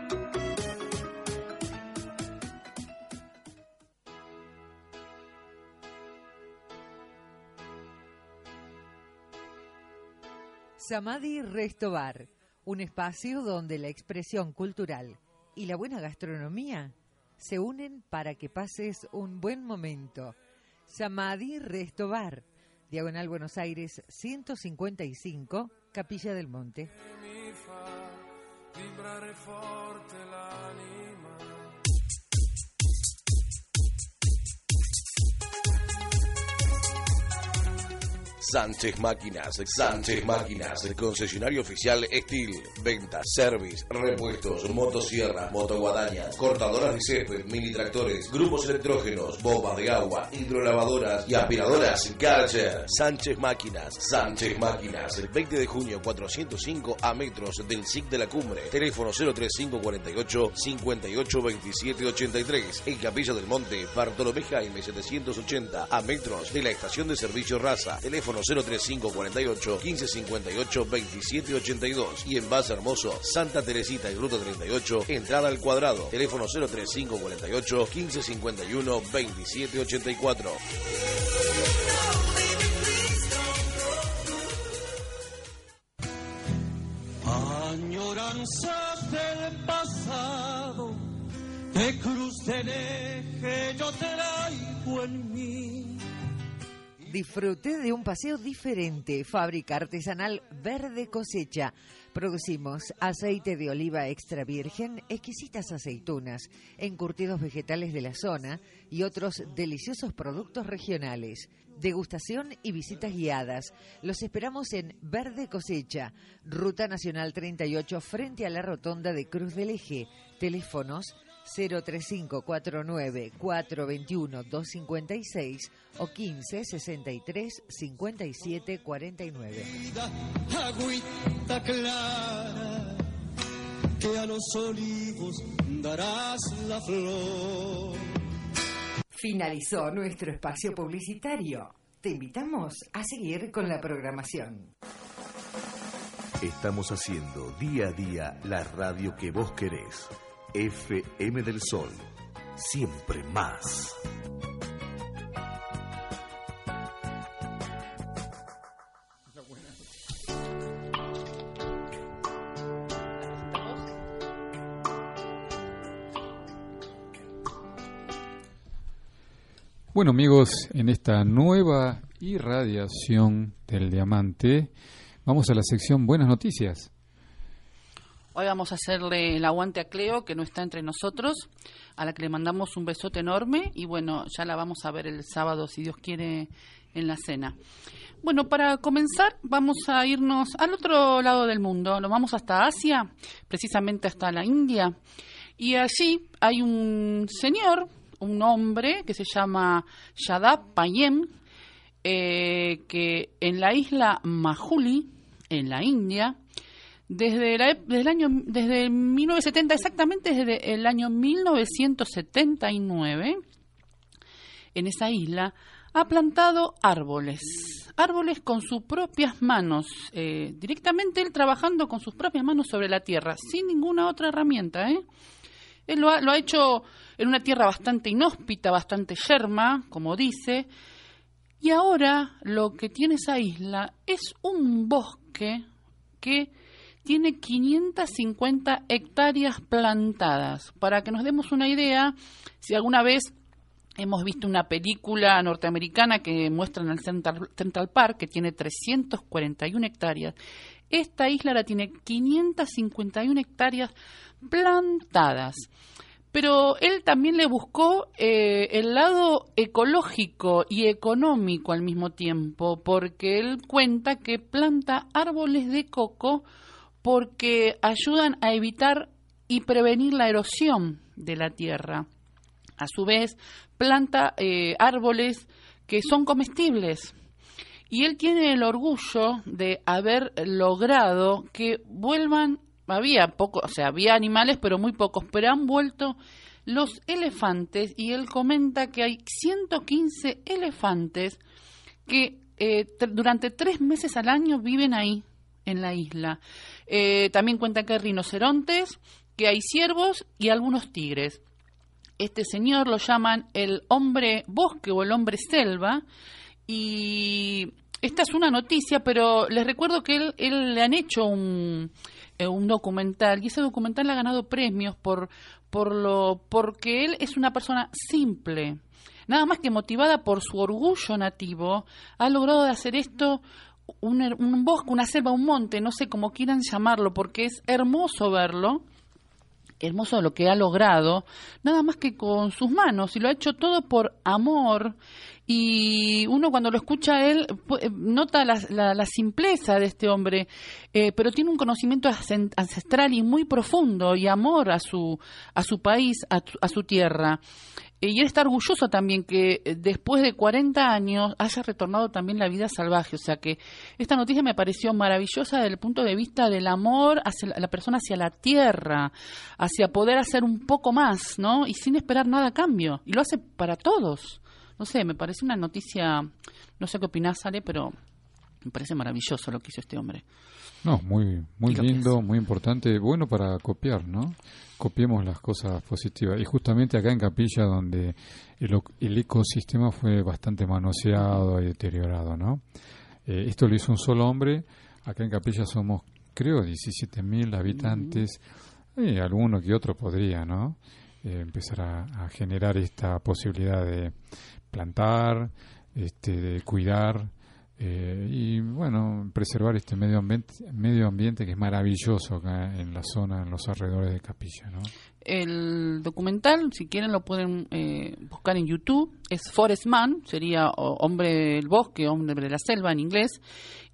Samadhi Resto Bar, un espacio donde la expresión cultural y la buena gastronomía se unen para que pases un buen momento. Samadhi Resto Bar, Diagonal Buenos Aires 155, Capilla del Monte.
Sánchez Máquinas, el concesionario oficial Steel, venta, service, repuestos, motosierras, motoguadañas, cortadoras de césped, mini tractores, grupos electrógenos, bombas de agua, hidrolavadoras y aspiradoras Karcher. Sánchez Máquinas, el 20 de junio 405 a metros del SIC de la Cumbre. Teléfono 03548 58 27 83. En Capilla del Monte, Bartolomé Jaime 780 a metros de la estación de servicio Raza. Teléfono 03548 1558 27 82. Y en Base Hermoso, Santa Teresita y Ruta 38, entrada al cuadrado. Teléfono 03548 1551 27 84.
Añoranzas del pasado, de Cruz del Eje yo traigo en mí.
Disfrute de un paseo diferente. Fábrica artesanal Verde Cosecha. Producimos aceite de oliva extra virgen, exquisitas aceitunas, encurtidos vegetales de la zona y otros deliciosos productos regionales. Degustación y visitas guiadas. Los esperamos en Verde Cosecha, Ruta Nacional 38, frente a la rotonda de Cruz del Eje. Teléfonos 03549 421 256 o 15 63 57 49.
Agüita clara, que a los olivos darás la flor.
Finalizó nuestro espacio publicitario. Te invitamos a seguir con la programación.
Estamos haciendo día a día la radio que vos querés. FM del Sol. Siempre más.
Bueno, amigos, en esta nueva irradiación del diamante, vamos a la sección Buenas Noticias.
Hoy vamos a hacerle el aguante a Cleo, que no está entre nosotros, a la que le mandamos un besote enorme y bueno, ya la vamos a ver el sábado, si Dios quiere, en la cena. Bueno, para comenzar vamos a irnos al otro lado del mundo, nos vamos hasta Asia, precisamente hasta la India, y allí hay un señor, un hombre que se llama Yadav Payam, que en la isla Majuli, en la India, desde 1970, exactamente desde el año 1979, en esa isla, ha plantado árboles con sus propias manos, directamente él trabajando con sus propias manos sobre la tierra, sin ninguna otra herramienta, Él lo ha hecho en una tierra bastante inhóspita, bastante yerma, como dice, y ahora lo que tiene esa isla es un bosque que tiene 550 hectáreas plantadas. Para que nos demos una idea, si alguna vez hemos visto una película norteamericana que muestra en el Central Park, que tiene 341 hectáreas, esta isla la tiene 551 hectáreas plantadas. Pero él también le buscó el lado ecológico y económico al mismo tiempo, porque él cuenta que planta árboles de coco porque ayudan a evitar y prevenir la erosión de la tierra. A su vez, planta árboles que son comestibles. Y él tiene el orgullo de haber logrado que vuelvan, había animales, pero muy pocos, pero han vuelto los elefantes, y él comenta que hay 115 elefantes que durante 3 meses al año viven ahí, en la isla. También cuenta que hay rinocerontes, que hay ciervos y algunos tigres. Este señor lo llaman el hombre bosque o el hombre selva, y esta es una noticia, pero les recuerdo que él le han hecho un documental, y ese documental ha ganado premios porque él es una persona simple, nada más que motivada por su orgullo nativo, ha logrado de hacer esto un bosque, una selva, un monte, no sé cómo quieran llamarlo, porque es hermoso verlo, hermoso lo que ha logrado, nada más que con sus manos, y lo ha hecho todo por amor. Y uno cuando lo escucha a él nota la simpleza de este hombre, pero tiene un conocimiento ancestral y muy profundo, y amor a su país, a su tierra. Y él está orgulloso también que después de 40 años haya retornado también la vida salvaje. O sea que esta noticia me pareció maravillosa desde el punto de vista del amor hacia la persona, hacia la tierra, hacia poder hacer un poco más, ¿no? Y sin esperar nada a cambio. Y lo hace para todos. No sé, me parece una noticia, no sé qué opinás, Ale, pero me parece maravilloso lo que hizo este hombre.
No, muy lindo, muy importante, bueno para copiar, ¿no? Copiemos las cosas positivas. Y justamente acá en Capilla, donde el ecosistema fue bastante manoseado y deteriorado, ¿no? Esto lo hizo un solo hombre. Acá en Capilla somos, creo, 17.000 habitantes. Alguno que otro podría, ¿no? Empezar a generar esta posibilidad de plantar, de cuidar y bueno, preservar este medio ambiente que es maravilloso acá en la zona, en los alrededores de Capilla, ¿no?
El documental, si quieren, lo pueden buscar en YouTube. Es Forest Man, sería hombre del bosque, hombre de la selva en inglés.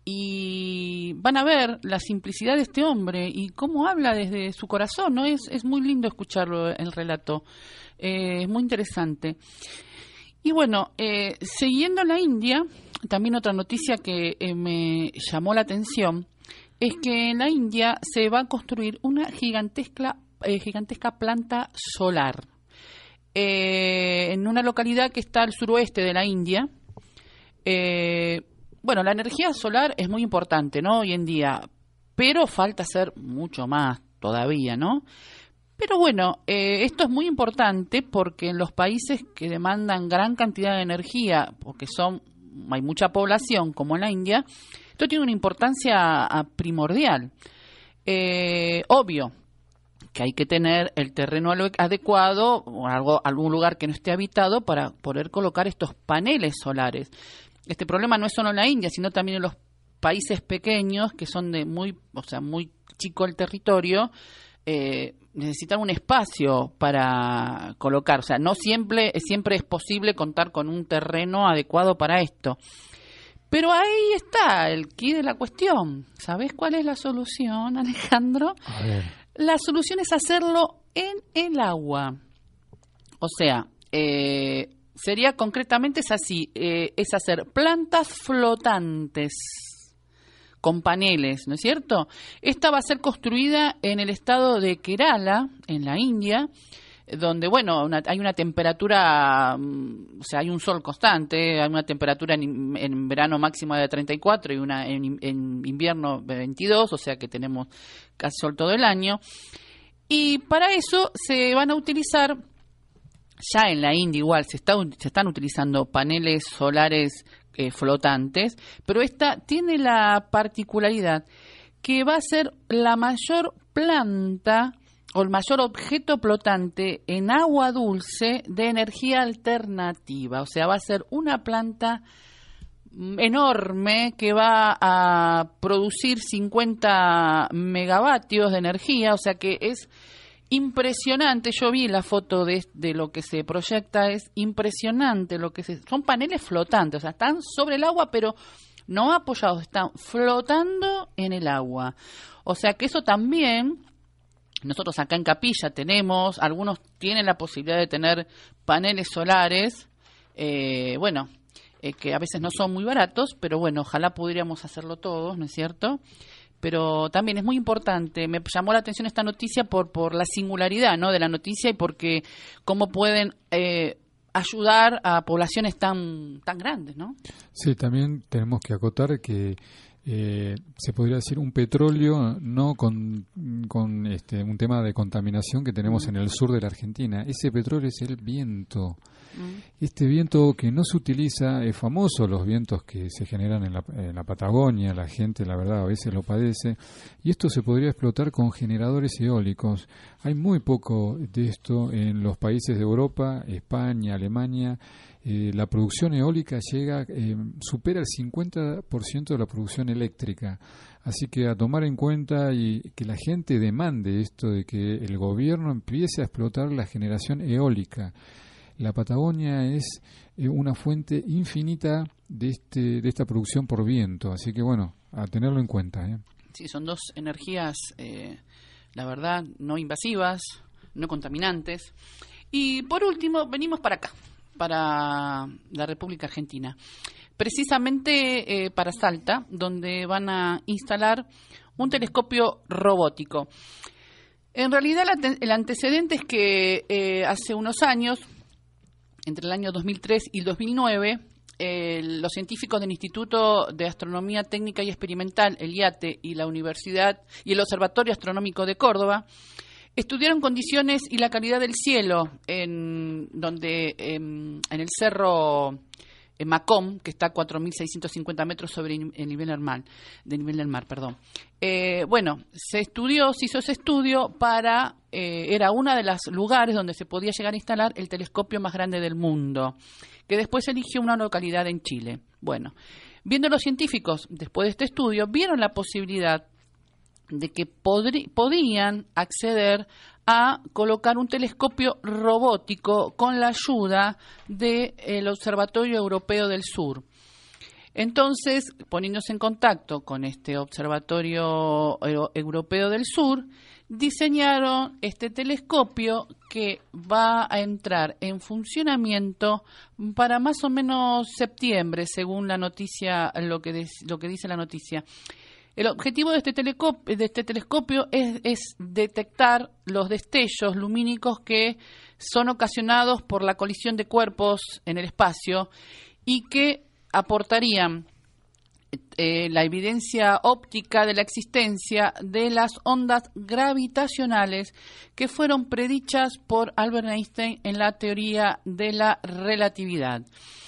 y van a ver la simplicidad de este hombre y cómo habla desde su corazón, ¿no? Es muy lindo escucharlo, el relato, es muy interesante. Y bueno, siguiendo la India, también otra noticia que me llamó la atención es que en la India se va a construir una gigantesca planta solar en una localidad que está al suroeste de la India. Bueno, la energía solar es muy importante, ¿no? Hoy en día, pero falta hacer mucho más todavía, ¿no? Pero bueno, esto es muy importante porque en los países que demandan gran cantidad de energía, porque hay mucha población, como en la India, esto tiene una importancia primordial. Obvio que hay que tener el terreno adecuado o algún lugar que no esté habitado para poder colocar estos paneles solares. Este problema no es solo en la India, sino también en los países pequeños que son muy chico el territorio. Necesitan un espacio para colocar, o sea, no siempre es posible contar con un terreno adecuado para esto. Pero ahí está el quid de la cuestión. ¿Sabés cuál es la solución, Alejandro?
A ver.
La solución es hacerlo en el agua. O sea, sería concretamente es así, es hacer plantas flotantes con paneles, ¿no es cierto? Esta va a ser construida en el estado de Kerala, en la India, donde, bueno, hay una temperatura, o sea, hay un sol constante, hay una temperatura en verano máxima de 34 y una en invierno de 22, o sea que tenemos casi sol todo el año. Y para eso se van a utilizar, ya en la India igual, se están utilizando paneles solares flotantes, pero esta tiene la particularidad que va a ser la mayor planta o el mayor objeto flotante en agua dulce de energía alternativa. O sea, va a ser una planta enorme que va a producir 50 megavatios de energía, o sea que es impresionante. Yo vi la foto de lo que se proyecta, es impresionante son paneles flotantes, o sea, están sobre el agua, pero no apoyados, están flotando en el agua. O sea que eso también, nosotros acá en Capilla tenemos, algunos tienen la posibilidad de tener paneles solares, que a veces no son muy baratos, pero bueno, ojalá pudiéramos hacerlo todos, ¿no es cierto? Pero también es muy importante, me llamó la atención esta noticia por la singularidad, ¿no?, de la noticia y porque cómo pueden ayudar a poblaciones tan grandes, ¿no?
Sí, también tenemos que acotar que se podría decir un petróleo no con un tema de contaminación que tenemos en el sur de la Argentina. Ese petróleo es el viento. Este viento que no se utiliza, es famoso los vientos que se generan en la Patagonia, la gente la verdad a veces lo padece, y esto se podría explotar con generadores eólicos. Hay muy poco de esto en los países de Europa, España, Alemania. La producción eólica supera el 50% de la producción eléctrica. Así que a tomar en cuenta y que la gente demande esto de que el gobierno empiece a explotar la generación eólica. La Patagonia es una fuente infinita de esta producción por viento. Así que bueno, a tenerlo en cuenta.
Sí, son dos energías, la verdad, no invasivas, no contaminantes. Y por último, venimos para acá, para la República Argentina, precisamente para Salta, donde van a instalar un telescopio robótico. En realidad el antecedente es que hace unos años, entre el año 2003 y el 2009, los científicos del Instituto de Astronomía Técnica y Experimental, el IATE, y la Universidad y el Observatorio Astronómico de Córdoba estudiaron condiciones y la calidad del cielo en el cerro Macom, que está a 4.650 metros sobre el nivel del mar. Se hizo ese estudio era uno de los lugares donde se podía llegar a instalar el telescopio más grande del mundo, que después eligió una localidad en Chile. Bueno, viendo los científicos, después de este estudio, vieron la posibilidad de que podían acceder a colocar un telescopio robótico con la ayuda del Observatorio Europeo del Sur. Entonces, poniéndose en contacto con este Observatorio Europeo del Sur, diseñaron este telescopio que va a entrar en funcionamiento para más o menos septiembre, según la noticia, lo que dice la noticia. El objetivo de este telescopio es detectar los destellos lumínicos que son ocasionados por la colisión de cuerpos en el espacio y que aportarían la evidencia óptica de la existencia de las ondas gravitacionales que fueron predichas por Albert Einstein en la teoría de la relatividad.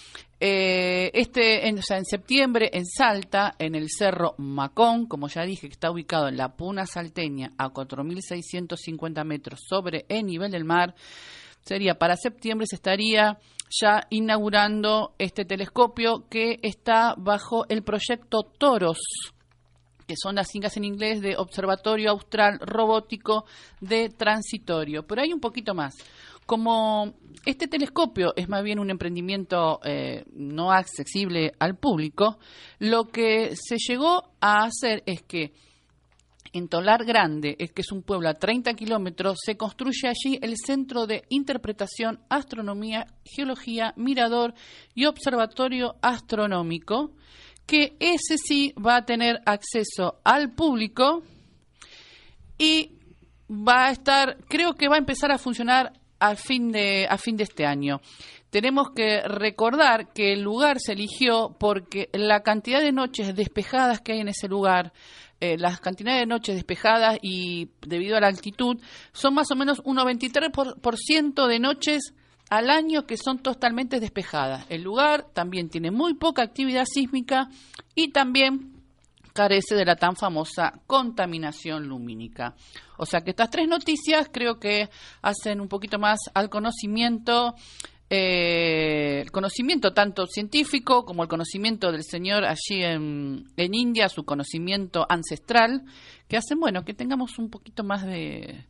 En septiembre en Salta, en el Cerro Macón, como ya dije, que está ubicado en la Puna salteña a 4.650 metros sobre el nivel del mar, para septiembre se estaría ya inaugurando este telescopio que está bajo el proyecto TOROS, que son las siglas en inglés de Observatorio Austral Robótico de Transitorio. Pero hay un poquito más. Como este telescopio es más bien un emprendimiento no accesible al público, lo que se llegó a hacer es que en Tolar Grande, que es un pueblo a 30 kilómetros, se construye allí el Centro de Interpretación, Astronomía, Geología, Mirador y Observatorio Astronómico, que ese sí va a tener acceso al público y va a estar, creo que va a empezar a funcionar a fin de este año. Tenemos que recordar que el lugar se eligió porque la cantidad de noches despejadas que hay en ese lugar, las cantidades de noches despejadas y debido a la altitud, son más o menos un 93% de noches al año que son totalmente despejadas. El lugar también tiene muy poca actividad sísmica y también carece de la tan famosa contaminación lumínica. O sea que estas tres noticias creo que hacen un poquito más al conocimiento, el conocimiento tanto científico como el conocimiento del señor allí en India, su conocimiento ancestral, que hacen que tengamos un poquito más de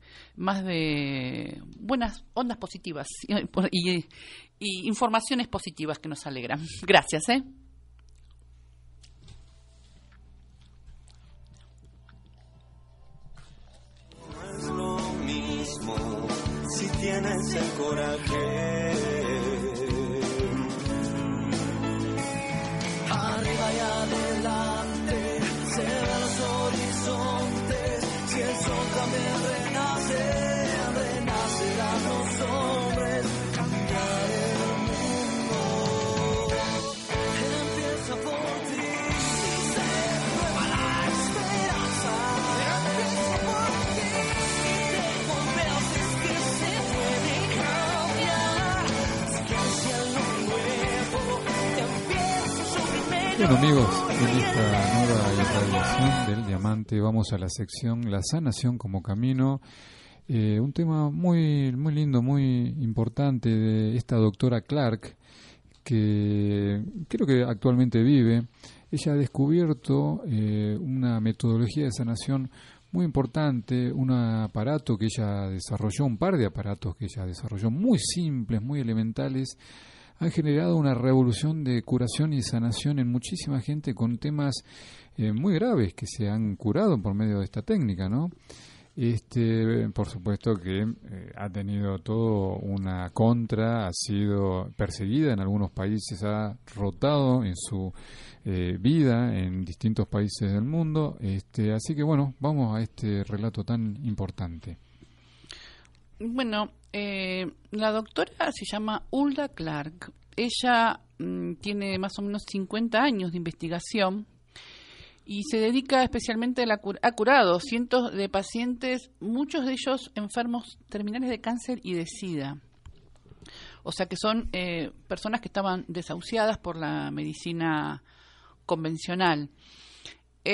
buenas ondas positivas y informaciones positivas que nos alegran. Gracias.
No es lo mismo si tienes el coraje. Arriba y adelante se ven los horizontes. Si el sol también renacerán los hombres. Cambiar el mundo empieza por ti. Se renueva la esperanza. Empieza por ti. Te convences que se puede cambiar. Si quieres algo nuevo, te empieza sobre medio.
Bueno amigos, en esta nueva irradiación del diamante vamos a la sección La sanación como camino, un tema muy lindo, muy importante de esta doctora Clark, que creo que actualmente vive. Ella ha descubierto una metodología de sanación muy importante, un aparato que ella desarrolló, un par de aparatos que ella desarrolló, muy simples, muy elementales, han generado una revolución de curación y sanación en muchísima gente con temas muy graves que se han curado por medio de esta técnica, ¿no? Por supuesto que ha tenido todo una contra, ha sido perseguida en algunos países, ha rotado en su vida en distintos países del mundo, así que bueno, vamos a este relato tan importante.
Bueno, la doctora se llama Hulda Clark. Ella tiene más o menos 50 años de investigación y se dedica especialmente ha curado cientos de pacientes, muchos de ellos enfermos terminales de cáncer y de SIDA. O sea que son personas que estaban desahuciadas por la medicina convencional. Y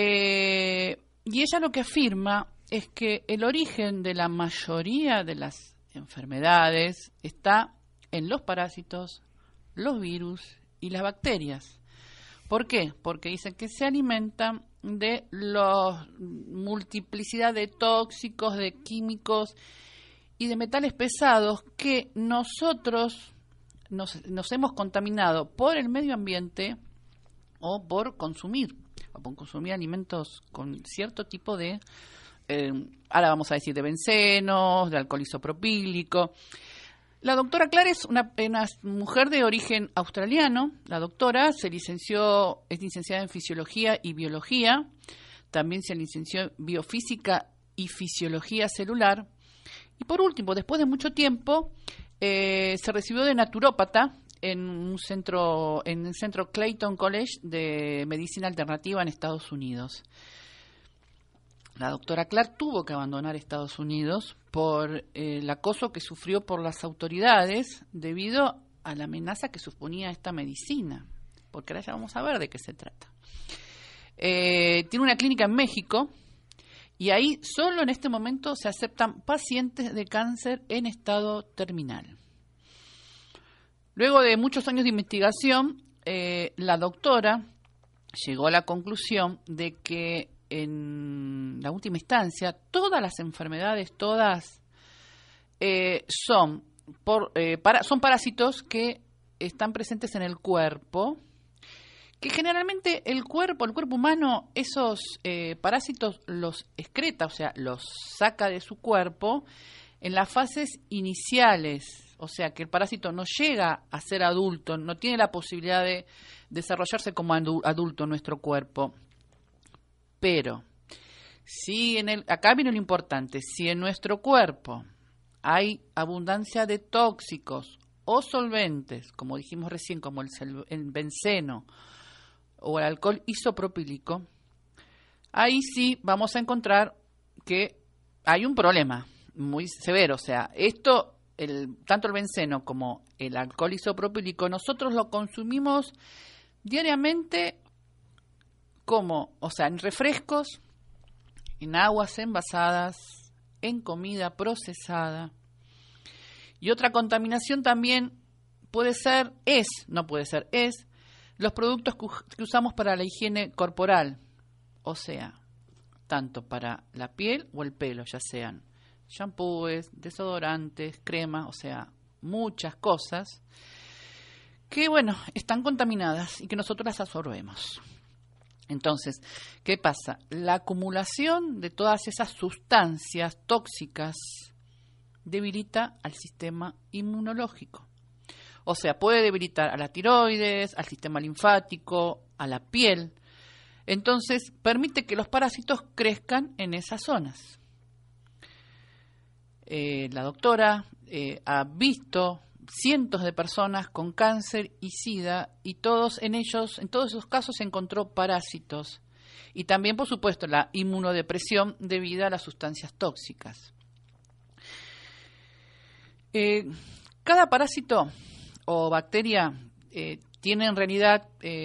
ella lo que afirma es que el origen de la mayoría de las enfermedades está en los parásitos, los virus y las bacterias. ¿Por qué? Porque dicen que se alimentan de la multiplicidad de tóxicos, de químicos y de metales pesados que nosotros nos hemos contaminado por el medio ambiente o por consumir alimentos con cierto tipo de, ahora vamos a decir, de bencenos, de alcohol isopropílico. La doctora Clark es una mujer de origen australiano. La doctora es licenciada en Fisiología y Biología. También se licenció en Biofísica y Fisiología Celular. Y por último, después de mucho tiempo, se recibió de naturópata en el centro Clayton College de Medicina Alternativa en Estados Unidos. La doctora Clark tuvo que abandonar Estados Unidos por el acoso que sufrió por las autoridades debido a la amenaza que suponía esta medicina, porque ahora ya vamos a ver de qué se trata. Tiene una clínica en México y ahí solo en este momento se aceptan pacientes de cáncer en estado terminal. Luego de muchos años de investigación, la doctora llegó a la conclusión de que en la última instancia todas las enfermedades, son parásitos que están presentes en el cuerpo, que generalmente el cuerpo humano esos parásitos los excreta, o sea, los saca de su cuerpo en las fases iniciales, o sea, que el parásito no llega a ser adulto, no tiene la posibilidad de desarrollarse como adulto en nuestro cuerpo. Pero, acá viene lo importante, si en nuestro cuerpo hay abundancia de tóxicos o solventes, como dijimos recién, como el benceno o el alcohol isopropílico, ahí sí vamos a encontrar que hay un problema muy severo. O sea, tanto el benceno como el alcohol isopropílico, nosotros lo consumimos diariamente en refrescos, en aguas envasadas, en comida procesada. Y otra contaminación también es los productos que usamos para la higiene corporal, o sea, tanto para la piel o el pelo, ya sean shampoos, desodorantes, cremas, o sea, muchas cosas que, están contaminadas y que nosotros las absorbemos. Entonces, ¿qué pasa? La acumulación de todas esas sustancias tóxicas debilita al sistema inmunológico. O sea, puede debilitar a la tiroides, al sistema linfático, a la piel. Entonces, permite que los parásitos crezcan en esas zonas. La doctora ha visto cientos de personas con cáncer y SIDA y en todos esos casos se encontró parásitos y también, por supuesto, la inmunodepresión debido a las sustancias tóxicas. Cada parásito o bacteria tiene en realidad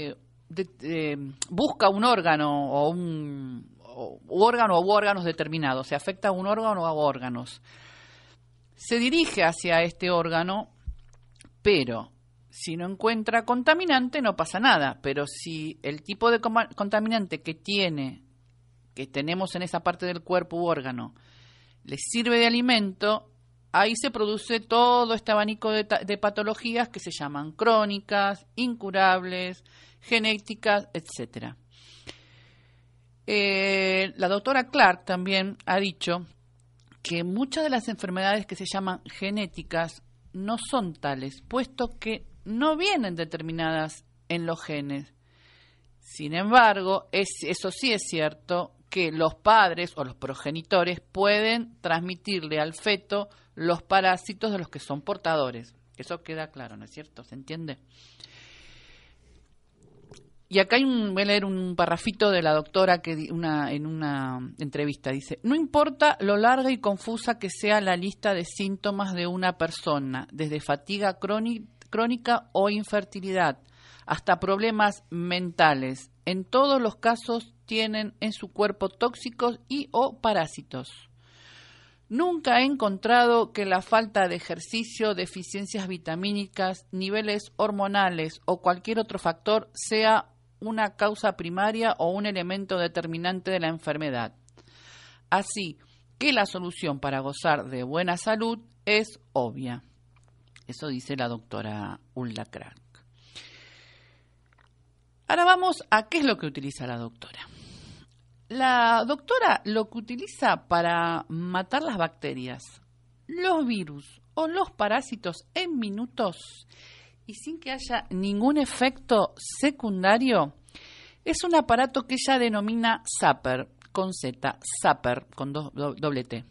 busca un órgano u órganos determinados, se afecta a un órgano o a órganos. Se dirige hacia este órgano, pero si no encuentra contaminante no pasa nada. Pero si el tipo de contaminante que tenemos en esa parte del cuerpo u órgano le sirve de alimento, ahí se produce todo este abanico de patologías que se llaman crónicas, incurables, genéticas, etc. La doctora Clark también ha dicho que muchas de las enfermedades que se llaman genéticas no son tales, puesto que no vienen determinadas en los genes. Sin embargo, eso sí es cierto, que los padres o los progenitores pueden transmitirle al feto los parásitos de los que son portadores. Eso queda claro, ¿no es cierto? ¿Se entiende? Y acá voy a leer un parrafito de la doctora que en una entrevista dice: no importa lo larga y confusa que sea la lista de síntomas de una persona, desde fatiga crónica o infertilidad hasta problemas mentales, en todos los casos tienen en su cuerpo tóxicos y o parásitos. Nunca he encontrado que la falta de ejercicio, deficiencias vitamínicas, niveles hormonales o cualquier otro factor sea una causa primaria o un elemento determinante de la enfermedad. Así que la solución para gozar de buena salud es obvia. Eso dice la doctora Ulla Clark. Ahora vamos a qué es lo que utiliza la doctora. La doctora lo que utiliza para matar las bacterias, los virus o los parásitos en minutos y sin que haya ningún efecto secundario, es un aparato que ella denomina Zapper, con Z, Zapper, con doble T.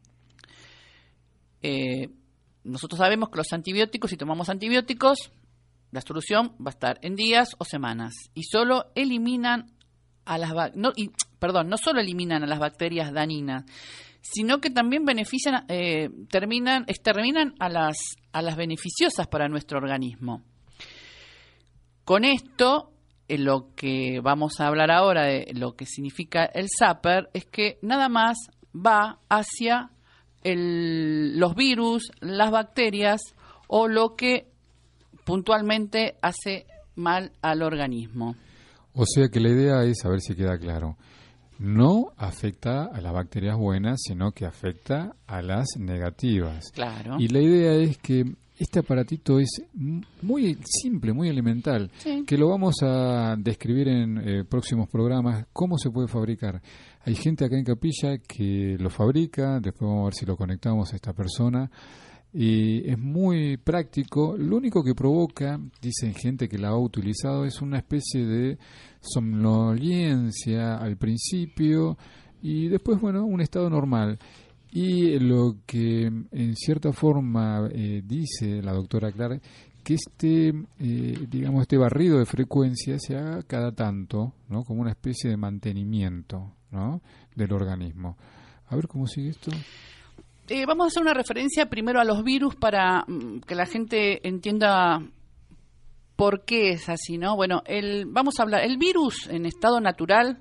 Nosotros sabemos que los antibióticos, si tomamos antibióticos, la solución va a estar en días o semanas y solo eliminan a las no solo eliminan a las bacterias dañinas, sino que también benefician, exterminan a las beneficiosas para nuestro organismo. Con esto, lo que vamos a hablar ahora de lo que significa el Zapper es que nada más va hacia los virus, las bacterias o lo que puntualmente hace mal al organismo.
O sea que la idea es, a ver si queda claro, no afecta a las bacterias buenas, sino que afecta a las negativas.
Claro.
Y la idea es que este aparatito es muy simple, muy elemental,
sí,
que lo vamos a describir en próximos programas, cómo se puede fabricar. Hay gente acá en Capilla que lo fabrica, después vamos a ver si lo conectamos a esta persona. Y es muy práctico. Lo único que provoca, dicen gente que la ha utilizado, es una especie de somnolencia al principio y después, bueno, un estado normal. Y lo que en cierta forma dice la doctora Clara, que este barrido de frecuencia se haga cada tanto, ¿no? Como una especie de mantenimiento, ¿no? Del organismo. A ver cómo sigue esto.
Vamos a hacer una referencia primero a los virus para que la gente entienda por qué es así, ¿no? Bueno, vamos a hablar. El virus en estado natural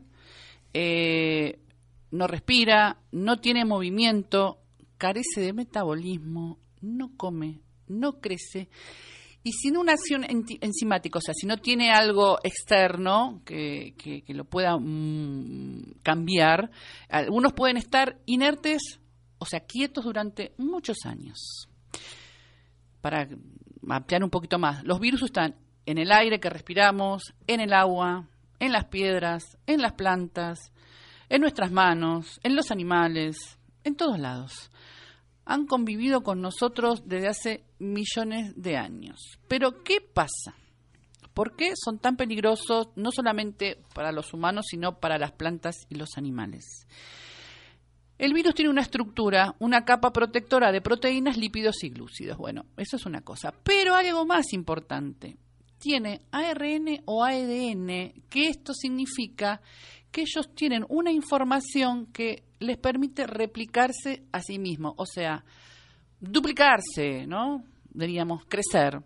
no respira, no tiene movimiento, carece de metabolismo, no come, no crece y sin una acción enzimática, o sea, si no tiene algo externo que lo pueda cambiar, algunos pueden estar inertes, o sea, quietos durante muchos años. Para ampliar un poquito más, los virus están en el aire que respiramos, en el agua, en las piedras, en las plantas, en nuestras manos, en los animales, en todos lados. Han convivido con nosotros desde hace millones de años. Pero, ¿qué pasa? ¿Por qué son tan peligrosos no solamente para los humanos, sino para las plantas y los animales? El virus tiene una estructura, una capa protectora de proteínas, lípidos y glúcidos. Bueno, eso es una cosa. Pero hay algo más importante. Tiene ARN o ADN, que esto significa que ellos tienen una información que les permite replicarse a sí mismos. O sea, duplicarse, ¿no? Diríamos, crecer.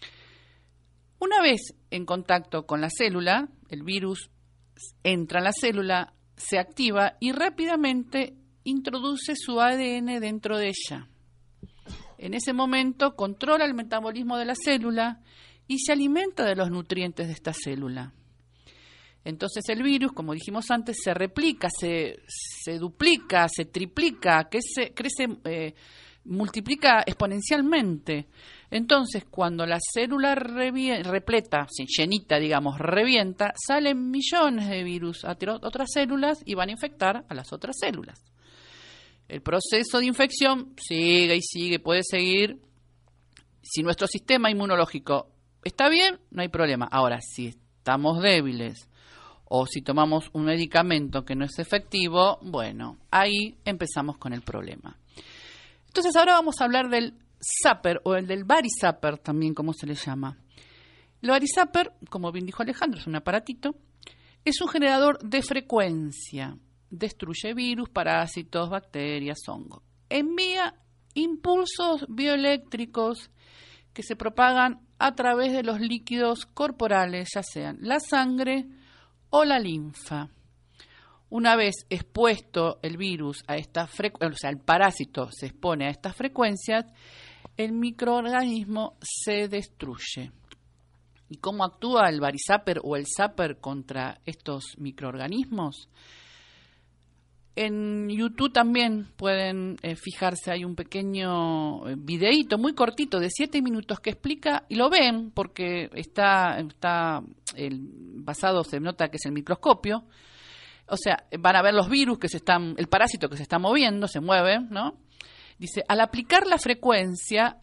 Una vez en contacto con la célula, el virus entra en la célula, se activa y rápidamente introduce su ADN dentro de ella. En ese momento controla el metabolismo de la célula y se alimenta de los nutrientes de esta célula. Entonces el virus, como dijimos antes, se replica, se duplica, se triplica, crece, multiplica exponencialmente. Entonces, cuando la célula repleta, llenita, digamos, revienta, salen millones de virus a otras células y van a infectar a las otras células. El proceso de infección sigue y sigue, puede seguir. Si nuestro sistema inmunológico está bien, no hay problema. Ahora, si estamos débiles o si tomamos un medicamento que no es efectivo, bueno, ahí empezamos con el problema. Entonces, ahora vamos a hablar del Zapper o el del Barisapper, también como se le llama. El Barisapper, como bien dijo Alejandro, es un aparatito, es un generador de frecuencia. Destruye virus, parásitos, bacterias, hongos. Envía impulsos bioeléctricos que se propagan a través de los líquidos corporales, ya sean la sangre o la linfa. Una vez expuesto el virus a esta frecuencia, o sea, el parásito se expone a estas frecuencias, el microorganismo se destruye. ¿Y cómo actúa el Barisapper o el Zapper contra estos microorganismos? En YouTube también pueden fijarse, hay un pequeño videíto muy cortito de 7 minutos que explica, y lo ven porque está basado, se nota que es el microscopio. O sea, van a ver los virus el parásito que se está moviendo, se mueve, ¿no? Dice, al aplicar la frecuencia,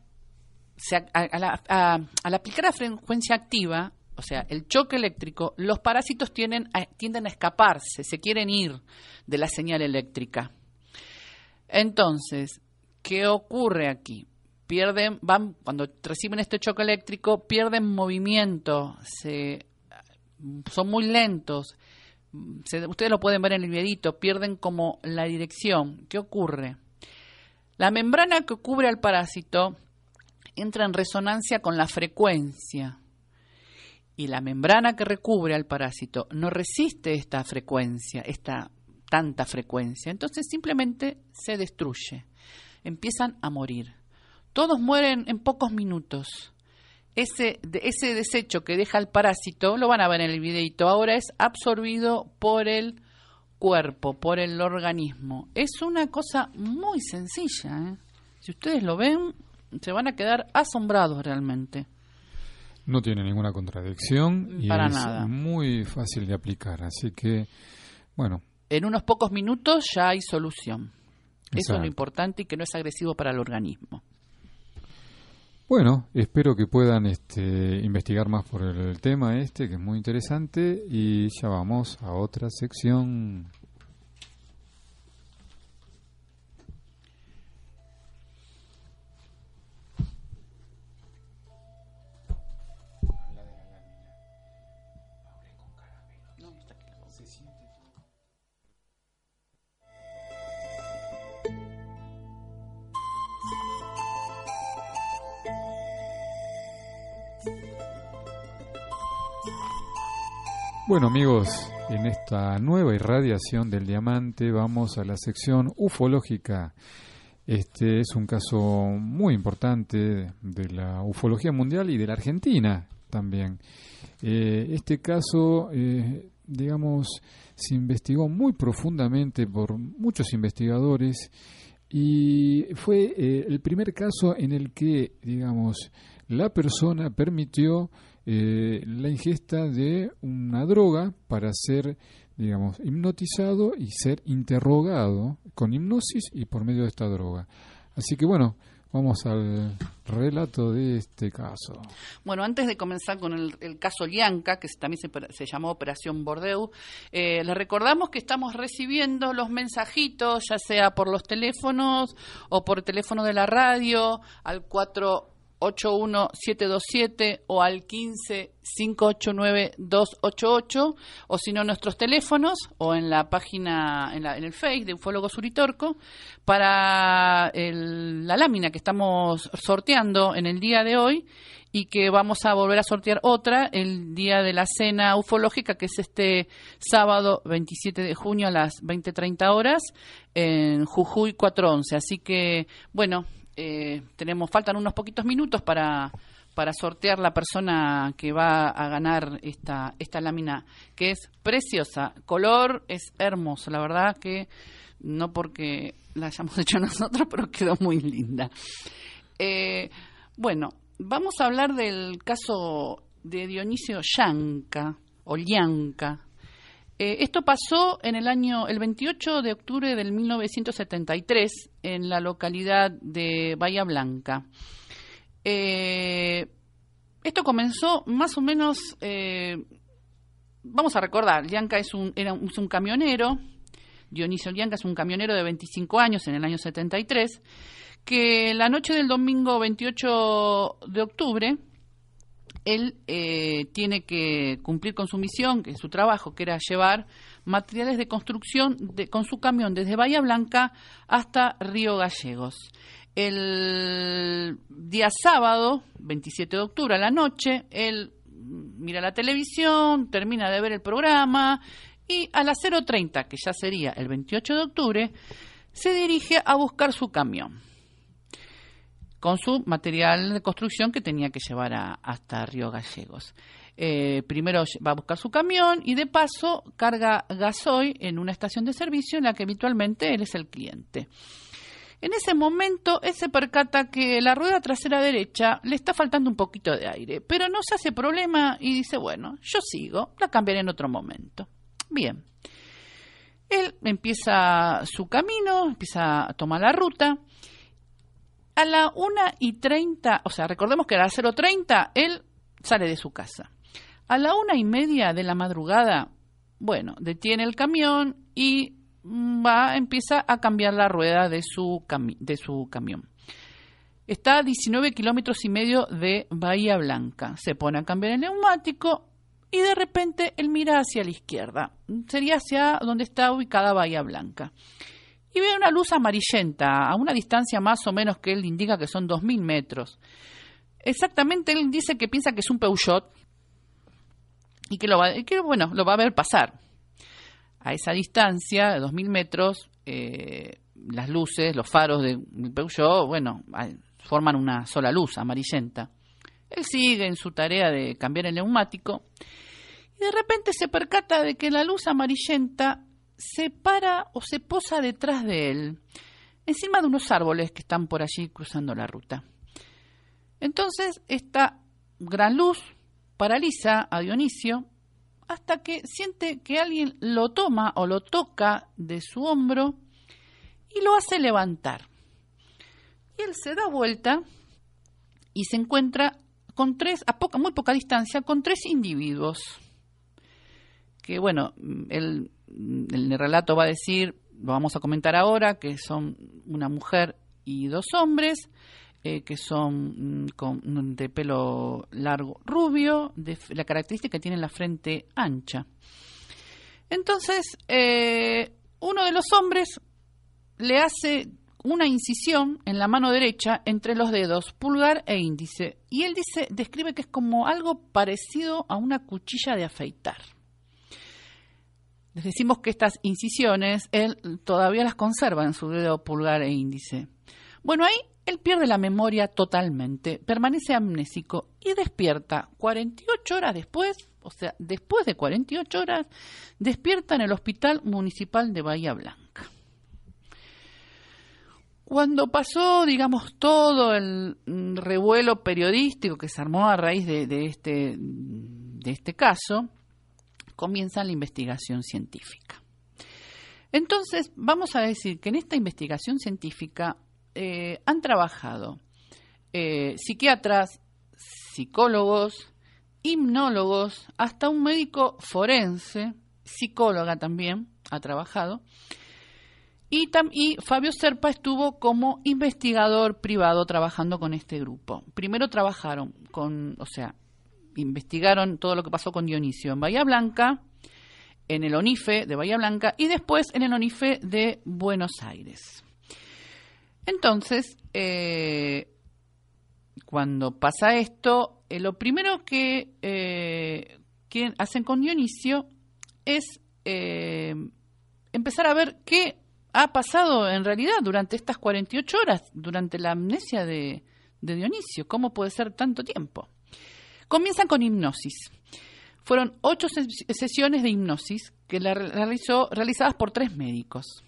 al aplicar la frecuencia activa, o sea, el choque eléctrico, los parásitos tienden a escaparse, se quieren ir de la señal eléctrica. Entonces, ¿qué ocurre aquí? Cuando reciben este choque eléctrico, pierden movimiento, son muy lentos. Ustedes lo pueden ver en el videito, pierden como la dirección. ¿Qué ocurre? La membrana que cubre al parásito entra en resonancia con la frecuencia. Y la membrana que recubre al parásito no resiste esta frecuencia, esta tanta frecuencia. Entonces simplemente se destruye. Empiezan a morir. Todos mueren en pocos minutos. Ese desecho que deja el parásito, lo van a ver en el videito, ahora es absorbido por el cuerpo, por el organismo. Es una cosa muy sencilla, ¿eh? Si ustedes lo ven, se van a quedar asombrados realmente.
No tiene ninguna contradicción y
para
es
nada.
Muy fácil de aplicar, así que, bueno.
En unos pocos minutos ya hay solución.
Exacto.
Eso es lo importante y que no es agresivo para el organismo.
Bueno, espero que puedan investigar más por el tema que es muy interesante, y ya vamos a otra sección. Bueno, amigos, en esta nueva irradiación del diamante vamos a la sección ufológica. Este es un caso muy importante de la ufología mundial y de la Argentina también. Este caso, digamos, se investigó muy profundamente por muchos investigadores y fue el primer caso en el que, digamos, la persona permitió la ingesta de una droga para ser, digamos, hipnotizado y ser interrogado con hipnosis y por medio de esta droga. Así que bueno, vamos al relato de este caso.
Bueno, antes de comenzar con el caso Lianca, que también se llamó Operación Bordeaux, les recordamos que estamos recibiendo los mensajitos, ya sea por los teléfonos o por teléfono de la radio, al 481-727 o al 15-589-288, o si no nuestros teléfonos o en la página, en el Face de Ufólogos Uritorco, para la lámina que estamos sorteando en el día de hoy y que vamos a volver a sortear otra el día de la cena ufológica, que es este sábado 27 de junio a las 20:30 horas en Jujuy 411. Así que, bueno, faltan unos poquitos minutos para sortear la persona que va a ganar esta lámina, que es preciosa, color es hermoso, la verdad que no porque la hayamos hecho nosotros, pero quedó muy linda. Bueno, vamos a hablar del caso de Dionisio Lianca o Lianca. Esto pasó en el 28 de octubre del 1973 en la localidad de Bahía Blanca. Esto comenzó más o menos, vamos a recordar, Lianca es un camionero, Dionisio Lianca es un camionero de 25 años en el año 73, que la noche del domingo 28 de octubre, él tiene que cumplir con su misión, que es su trabajo, que era llevar materiales de construcción con su camión desde Bahía Blanca hasta Río Gallegos. El día sábado, 27 de octubre, a la noche, él mira la televisión, termina de ver el programa y a las 0:30, que ya sería el 28 de octubre, se dirige a buscar su camión con su material de construcción que tenía que llevar hasta Río Gallegos. Primero va a buscar su camión y de paso carga gasoil en una estación de servicio en la que habitualmente él es el cliente. En ese momento, él se percata que la rueda trasera derecha le está faltando un poquito de aire, pero no se hace problema y dice, bueno, yo sigo, la cambiaré en otro momento. Bien. Él empieza su camino, empieza a tomar la ruta. A la 1:30, o sea, recordemos que a las 0:30, él sale de su casa. A la 1:30 de la madrugada, bueno, detiene el camión y empieza a cambiar la rueda de su camión. Está a 19,5 kilómetros de Bahía Blanca. Se pone a cambiar el neumático y de repente él mira hacia la izquierda. Sería hacia donde está ubicada Bahía Blanca. Y ve una luz amarillenta a una distancia más o menos que él indica que son 2.000 metros. Exactamente, él dice que piensa que es un Peugeot y que lo va a ver pasar. A esa distancia de 2.000 metros, las luces, los faros del Peugeot, forman una sola luz amarillenta. Él sigue en su tarea de cambiar el neumático y de repente se percata de que la luz amarillenta se para o se posa detrás de él, encima de unos árboles que están por allí cruzando la ruta. Entonces, esta gran luz paraliza a Dionisio hasta que siente que alguien lo toma o lo toca de su hombro y lo hace levantar. Y él se da vuelta y se encuentra con muy poca distancia, con 3 individuos. Que el relato va a decir, lo vamos a comentar ahora, que son una mujer y 2 hombres, que son de pelo largo rubio, la característica que tienen la frente ancha. Entonces, uno de los hombres le hace una incisión en la mano derecha entre los dedos pulgar e índice, y él describe que es como algo parecido a una cuchilla de afeitar. Les decimos que estas incisiones él todavía las conserva en su dedo pulgar e índice. Bueno, ahí él pierde la memoria totalmente, permanece amnésico y despierta 48 horas después, o sea, después de 48 horas, despierta en el Hospital Municipal de Bahía Blanca. Cuando pasó, todo el revuelo periodístico que se armó a raíz de este caso, comienza la investigación científica. Entonces, vamos a decir que en esta investigación científica han trabajado psiquiatras, psicólogos, hipnólogos, hasta un médico forense, psicóloga también ha trabajado, y Fabio Serpa estuvo como investigador privado trabajando con este grupo. Primero trabajaron investigaron todo lo que pasó con Dionisio en Bahía Blanca, en el ONIFE de Bahía Blanca y después en el ONIFE de Buenos Aires. Entonces, cuando pasa esto, lo primero que hacen con Dionisio es empezar a ver qué ha pasado en realidad durante estas 48 horas, durante la amnesia de Dionisio. ¿Cómo puede ser tanto tiempo? Comienzan con hipnosis. Fueron 8 sesiones de hipnosis que realizadas por 3 médicos.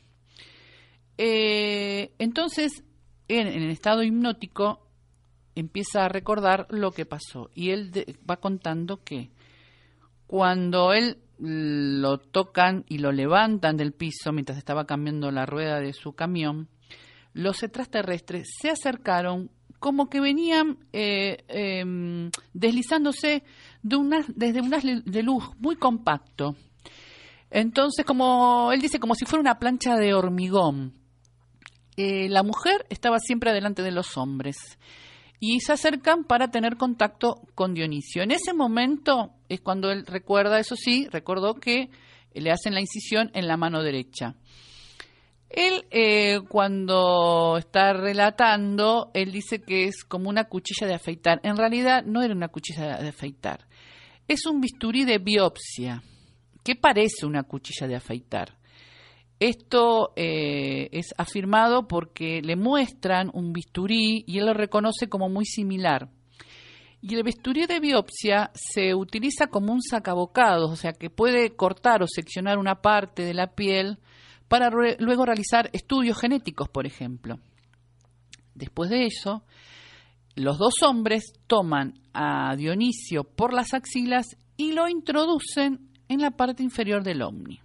Entonces, en el estado hipnótico, empieza a recordar lo que pasó. Y él va contando que cuando él lo tocan y lo levantan del piso mientras estaba cambiando la rueda de su camión, los extraterrestres se acercaron como que venían deslizándose desde un haz de luz muy compacto. Entonces, como él dice, como si fuera una plancha de hormigón. La mujer estaba siempre adelante de los hombres y se acercan para tener contacto con Dionisio. En ese momento es cuando él recordó que le hacen la incisión en la mano derecha. Él, cuando está relatando, él dice que es como una cuchilla de afeitar. En realidad no era una cuchilla de afeitar. Es un bisturí de biopsia, que parece una cuchilla de afeitar. Esto es afirmado porque le muestran un bisturí y él lo reconoce como muy similar. Y el bisturí de biopsia se utiliza como un sacabocados, o sea que puede cortar o seccionar una parte de la piel para luego realizar estudios genéticos, por ejemplo. Después de eso, los dos hombres toman a Dionisio por las axilas y lo introducen en la parte inferior del ovni.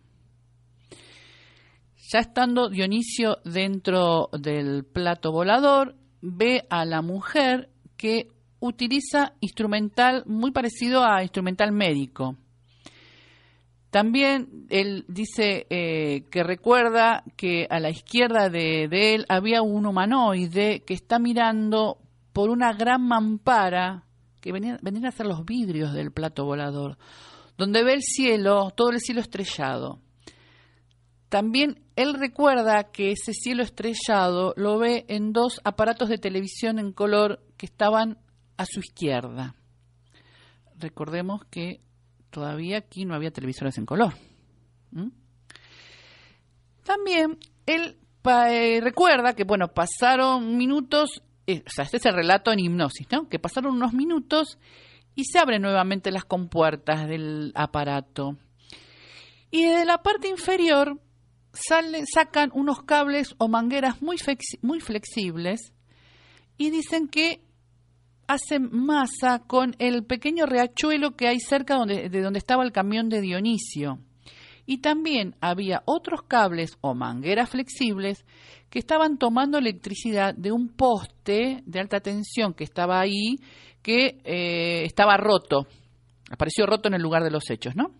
Ya estando Dionisio dentro del plato volador, ve a la mujer que utiliza instrumental muy parecido a instrumental médico. También él dice que recuerda que a la izquierda de él había un humanoide que está mirando por una gran mampara que venían a ser los vidrios del plato volador, donde ve el cielo, todo el cielo estrellado. También él recuerda que ese cielo estrellado lo ve en dos aparatos de televisión en color que estaban a su izquierda. Recordemos que todavía aquí no había televisores en color. También él recuerda que, pasaron minutos, este es el relato en hipnosis, ¿no? Que pasaron unos minutos y se abren nuevamente las compuertas del aparato. Y de la parte inferior sacan unos cables o mangueras muy flexibles y dicen que hacen masa con el pequeño riachuelo que hay cerca de donde estaba el camión de Dionisio. Y también había otros cables o mangueras flexibles que estaban tomando electricidad de un poste de alta tensión que estaba ahí, que estaba roto. Apareció roto en el lugar de los hechos, ¿no?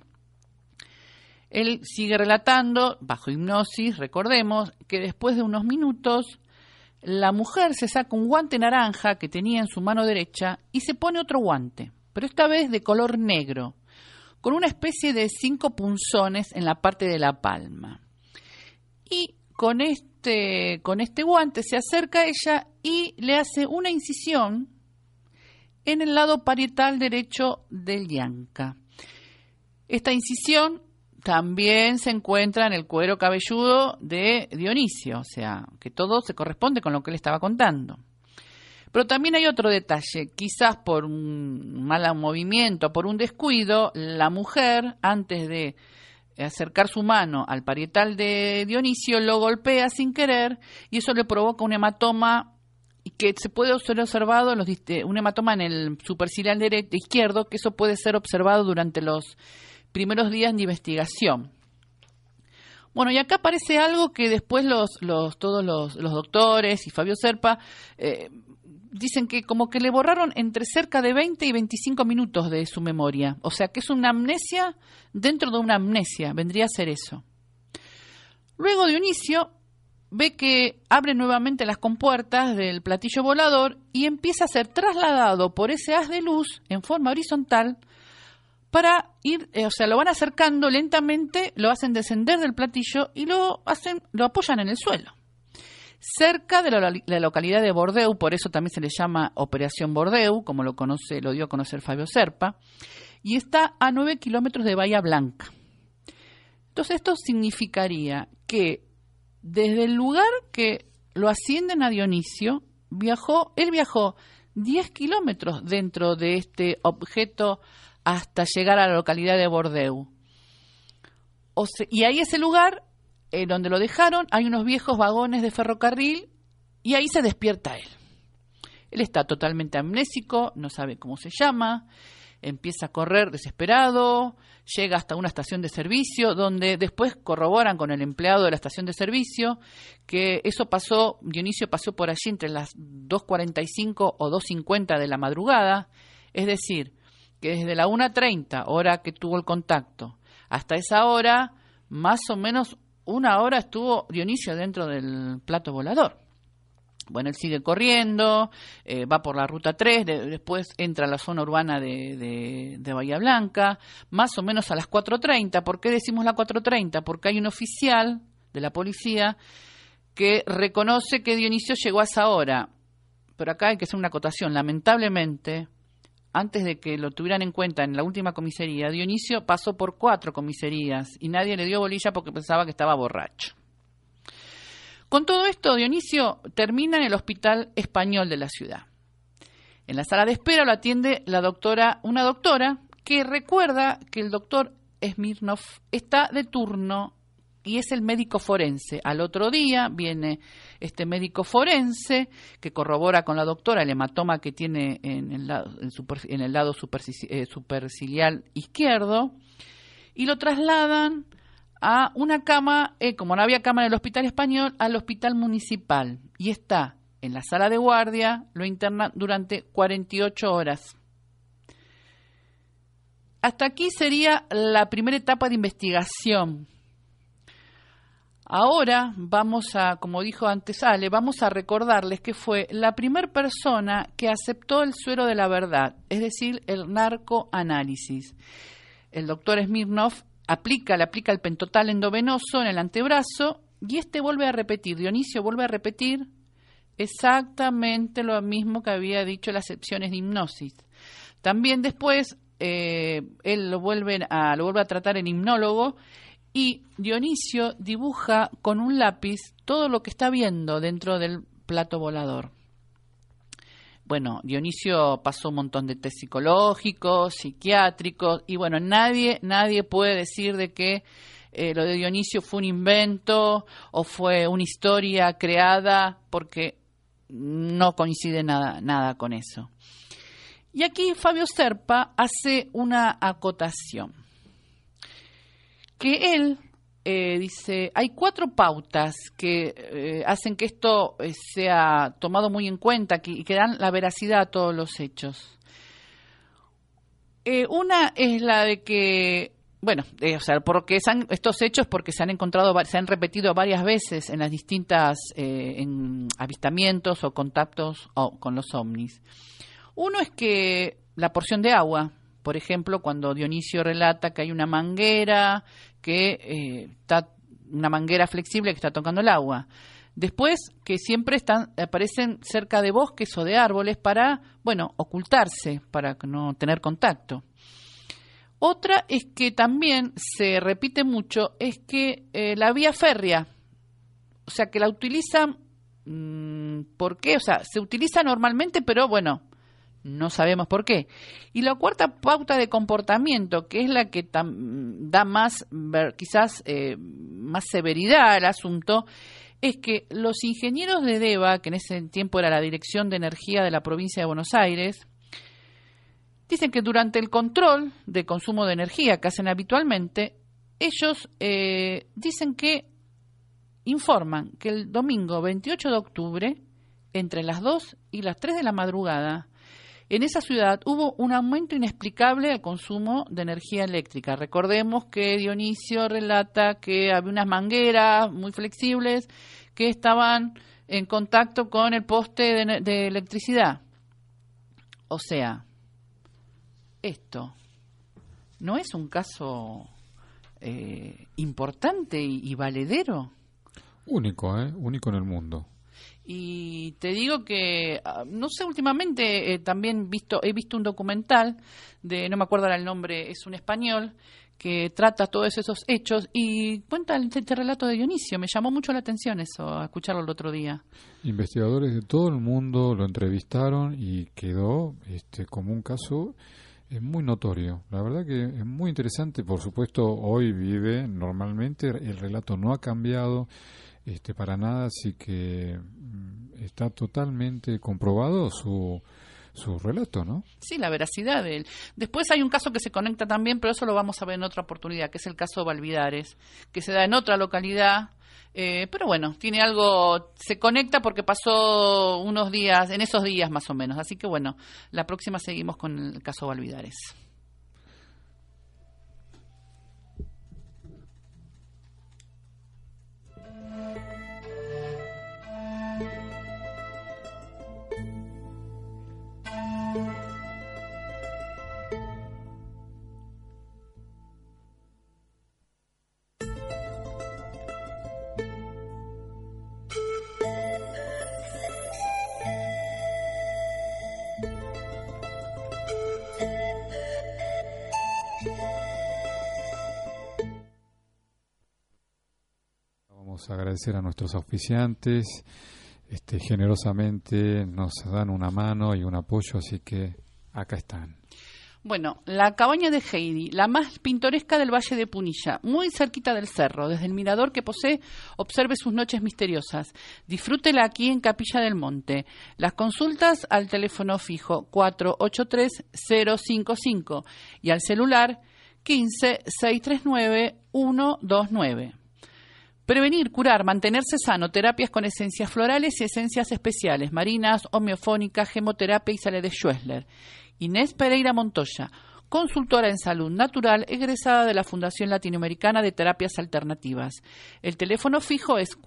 Él sigue relatando, bajo hipnosis, recordemos, que después de unos minutos la mujer se saca un guante naranja que tenía en su mano derecha y se pone otro guante, pero esta vez de color negro, con una especie de 5 punzones en la parte de la palma. Y con este guante se acerca a ella y le hace una incisión en el lado parietal derecho del yanca. Esta incisión también se encuentra en el cuero cabelludo de Dionisio, o sea, que todo se corresponde con lo que él estaba contando. Pero también hay otro detalle, quizás por un mal movimiento, por un descuido, la mujer, antes de acercar su mano al parietal de Dionisio, lo golpea sin querer y eso le provoca un hematoma que se puede ser observado, un hematoma en el superciliar izquierdo, que eso puede ser observado durante los primeros días de investigación. Bueno, y acá aparece algo que después todos los doctores y Fabio Serpa dicen que como que le borraron entre cerca de 20 y 25 minutos de su memoria. O sea, que es una amnesia dentro de una amnesia, vendría a ser eso. Luego Dionisio ve que abre nuevamente las compuertas del platillo volador y empieza a ser trasladado por ese haz de luz en forma horizontal para ir, lo van acercando lentamente, lo hacen descender del platillo y lo apoyan en el suelo. Cerca de la localidad de Bordeaux, por eso también se le llama Operación Bordeaux, como lo dio a conocer Fabio Serpa, y está a 9 kilómetros de Bahía Blanca. Entonces esto significaría que desde el lugar que lo ascienden a Dionisio, él viajó 10 kilómetros dentro de este objeto hasta llegar a la localidad de Bordeaux. Y ahí ese lugar donde lo dejaron, hay unos viejos vagones de ferrocarril y ahí se despierta él. Él está totalmente amnésico, no sabe cómo se llama, empieza a correr desesperado, llega hasta una estación de servicio donde después corroboran con el empleado de la estación de servicio que Dionisio pasó por allí entre las 2:45 o 2:50 de la madrugada, es decir, que desde la 1:30, hora que tuvo el contacto, hasta esa hora, más o menos una hora estuvo Dionisio dentro del plato volador. Bueno, él sigue corriendo, va por la ruta 3, después entra a la zona urbana de Bahía Blanca, más o menos a las 4:30. ¿Por qué decimos la 4:30? Porque hay un oficial de la policía que reconoce que Dionisio llegó a esa hora. Pero acá hay que hacer una acotación. Lamentablemente, antes de que lo tuvieran en cuenta en la última comisaría, Dionisio pasó por 4 comisarías y nadie le dio bolilla porque pensaba que estaba borracho. Con todo esto, Dionisio termina en el Hospital Español de la ciudad. En la sala de espera lo atiende una doctora que recuerda que el doctor Smirnov está de turno y es el médico forense. Al otro día viene este médico forense que corrobora con la doctora el hematoma que tiene en el lado superciliar izquierdo y lo trasladan a una cama, como no había cama en el hospital español, al hospital municipal. Y está en la sala de guardia, lo internan durante 48 horas. Hasta aquí sería la primera etapa de investigación. Ahora vamos a, como dijo antes Ale, vamos a recordarles que fue la primera persona que aceptó el suero de la verdad, es decir, el narcoanálisis. El doctor Smirnov le aplica el pentotal endovenoso en el antebrazo y Dionisio vuelve a repetir exactamente lo mismo que había dicho en las sesiones de hipnosis. También después él lo vuelve a tratar el hipnólogo y Dionisio dibuja con un lápiz todo lo que está viendo dentro del plato volador. Bueno, Dionisio pasó un montón de test psicológicos, psiquiátricos, y bueno, nadie puede decir de que lo de Dionisio fue un invento o fue una historia creada, porque no coincide nada con eso. Y aquí Fabio Serpa hace una acotación, que él dice, hay 4 pautas que hacen que esto sea tomado muy en cuenta y que dan la veracidad a todos los hechos. Una es la de que, porque estos hechos porque se han repetido varias veces en las distintas avistamientos o contactos con los ovnis. Uno es que la porción de agua, por ejemplo, cuando Dionisio relata que hay una manguera una manguera flexible que está tocando el agua. Después, que siempre aparecen cerca de bosques o de árboles para, ocultarse, para no tener contacto. Otra es que también se repite mucho, es que la vía férrea, o sea, que la utilizan, ¿por qué? O sea, se utiliza normalmente, pero no sabemos por qué. Y la 4ª pauta de comportamiento, que es la que da más, quizás más severidad al asunto, es que los ingenieros de DEVA, que en ese tiempo era la Dirección de Energía de la provincia de Buenos Aires, dicen que durante el control de consumo de energía que hacen habitualmente, ellos informan que el domingo 28 de octubre, entre las 2 y las 3 de la madrugada, en esa ciudad hubo un aumento inexplicable al consumo de energía eléctrica. Recordemos que Dionisio relata que había unas mangueras muy flexibles que estaban en contacto con el poste de electricidad. O sea, esto no es un caso importante y valedero.
Único en el mundo.
Y te digo que, no sé, últimamente también he visto un documental no me acuerdo ahora el nombre, es un español, que trata todos esos hechos y cuenta este relato de Dionisio. Me llamó mucho la atención eso, a escucharlo el otro día.
Investigadores de todo el mundo lo entrevistaron y quedó como un caso muy notorio. La verdad que es muy interesante. Por supuesto, hoy vive normalmente, el relato no ha cambiado para nada, así que está totalmente comprobado su relato, ¿no?
Sí, la veracidad de él. Después hay un caso que se conecta también, pero eso lo vamos a ver en otra oportunidad, que es el caso Valvidares, que se da en otra localidad, pero tiene algo, se conecta porque pasó unos días, en esos días más o menos, así que la próxima seguimos con el caso Valvidares.
Agradecer a nuestros auspiciantes, generosamente nos dan una mano y un apoyo, así que acá están.
Bueno, la cabaña de Heidi, la más pintoresca del Valle de Punilla, muy cerquita del cerro. Desde el mirador que posee, observe sus noches misteriosas. Disfrútela aquí en Capilla del Monte. Las consultas al teléfono fijo 483-055 y al celular 15-639-129. Prevenir, curar, mantenerse sano, terapias con esencias florales y esencias especiales, marinas, homeofónica, gemoterapia y sale de Schwessler. Inés Pereira Montoya, consultora en salud natural, egresada de la Fundación Latinoamericana de Terapias Alternativas. El teléfono fijo es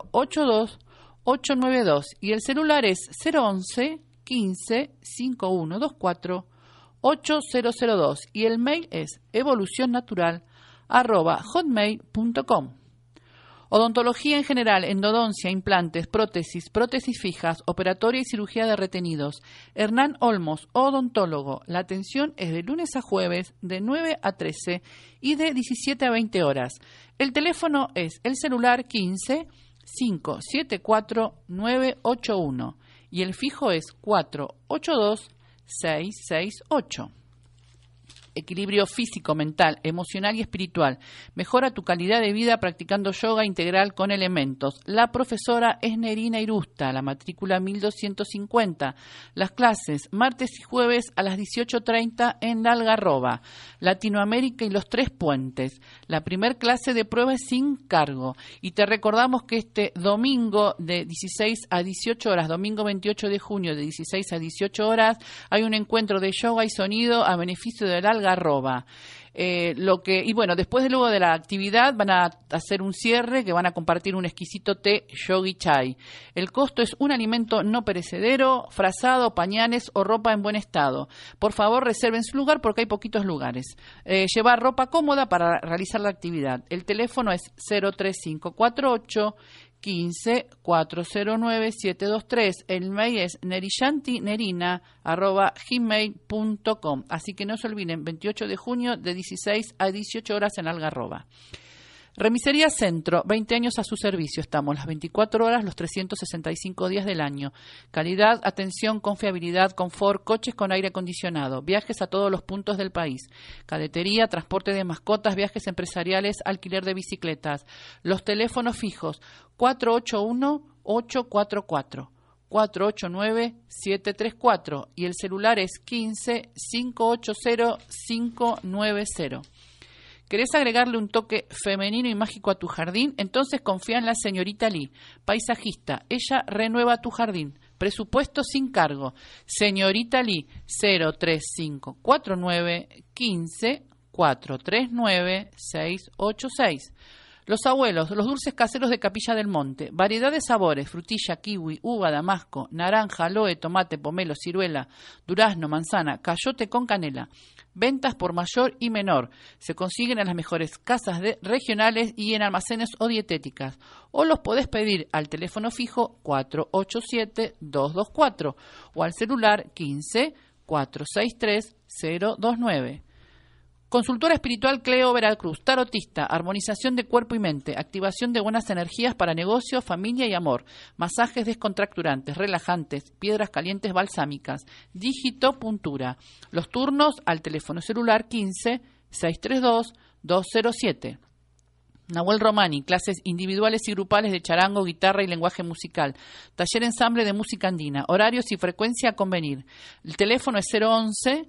482-892 y el celular es 011-15-5124-8002 y el mail es evolucionnatural@hotmail.com. Odontología en general, endodoncia, implantes, prótesis fijas, operatoria y cirugía de retenidos. Hernán Olmos, odontólogo. La atención es de lunes a jueves de 9 a 13 y de 17 a 20 horas. El teléfono es el celular 15-574-981 y el fijo es 482-668. Equilibrio físico, mental, emocional y espiritual. Mejora tu calidad de vida practicando yoga integral con elementos. La profesora es Nerina Irusta, la matrícula 1250. Las clases martes y jueves a las 18:30 en La Algarroba. Latinoamérica y los Tres Puentes. La primer clase de prueba es sin cargo. Y te recordamos que este domingo de 16 a 18 horas, domingo 28 de junio de 16 a 18 horas, hay un encuentro de yoga y sonido a beneficio del Algarroba. Después luego de la actividad van a hacer un cierre que van a compartir un exquisito té yogi chai. El costo es un alimento no perecedero, frazado, pañales o ropa en buen estado. Por favor, reserven su lugar porque hay poquitos lugares. Llevar ropa cómoda para realizar la actividad. El teléfono es 03548 15-409-723. El mail es nerillantinerina@gmail.com. Así que no se olviden, 28 de junio de 16 a 18 horas en Algarroba. Remisería Centro, 20 años a su servicio. Estamos las 24 horas, los 365 días del año. Calidad, atención, confiabilidad, confort, coches con aire acondicionado, viajes a todos los puntos del país, cadetería, transporte de mascotas, viajes empresariales, alquiler de bicicletas. Los teléfonos fijos 481-844. 489-734 y el celular es 15-580-590. ¿Querés agregarle un toque femenino y mágico a tu jardín? Entonces confía en la señorita Lee, paisajista. Ella renueva tu jardín. Presupuesto sin cargo. Señorita Lee, 03549 15 439 686. Los abuelos, los dulces caseros de Capilla del Monte. Variedad de sabores, frutilla, kiwi, uva, damasco, naranja, aloe, tomate, pomelo, ciruela, durazno, manzana, cayote con canela. Ventas por mayor y menor. Se consiguen en las mejores casas regionales y en almacenes o dietéticas. O los podés pedir al teléfono fijo 487-224 o al celular 15-463-029. Consultora espiritual Cleo Veracruz, tarotista, armonización de cuerpo y mente, activación de buenas energías para negocio, familia y amor, masajes descontracturantes, relajantes, piedras calientes balsámicas, digitopuntura. Los turnos al teléfono celular 15-632-207. Nahuel Romani, clases individuales y grupales de charango, guitarra y lenguaje musical. Taller ensamble de música andina. Horarios y frecuencia a convenir. El teléfono es 011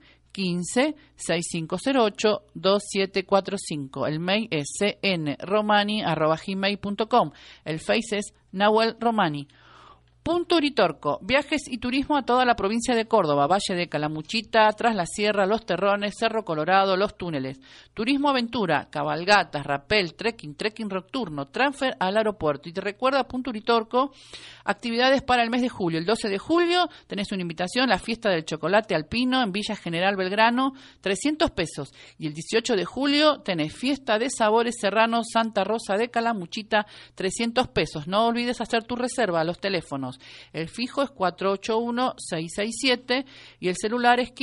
15-6508-2745. El mail es cnromani@gmail.com. El face es Nahuel Romani. Punto Uritorco, viajes y turismo a toda la provincia de Córdoba, Valle de Calamuchita, Tras la Sierra, Los Terrones, Cerro Colorado, Los Túneles. Turismo aventura, cabalgatas, rappel, trekking nocturno, transfer al aeropuerto. Y te recuerda Punto Uritorco, actividades para el mes de julio. El 12 de julio tenés una invitación, la fiesta del chocolate alpino en Villa General Belgrano, 300 pesos. Y el 18 de julio tenés fiesta de sabores serranos Santa Rosa de Calamuchita, 300 pesos. No olvides hacer tu reserva a los teléfonos. El fijo es 481-667 y el celular es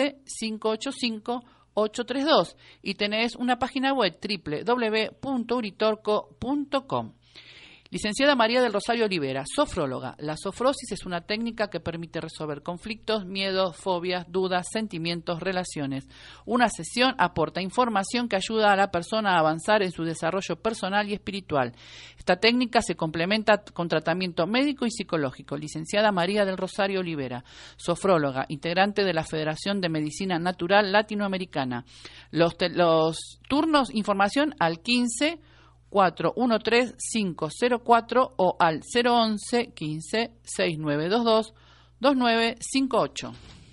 15-585-832. Y tenés una página web www.uritorco.com. Licenciada María del Rosario Olivera, sofróloga. La sofrosis es una técnica que permite resolver conflictos, miedos, fobias, dudas, sentimientos, relaciones. Una sesión aporta información que ayuda a la persona a avanzar en su desarrollo personal y espiritual. Esta técnica se complementa con tratamiento médico y psicológico. Licenciada María del Rosario Olivera, sofróloga, integrante de la Federación de Medicina Natural Latinoamericana. Los turnos, información al 15 413 504 o al 011 15 6922 2958.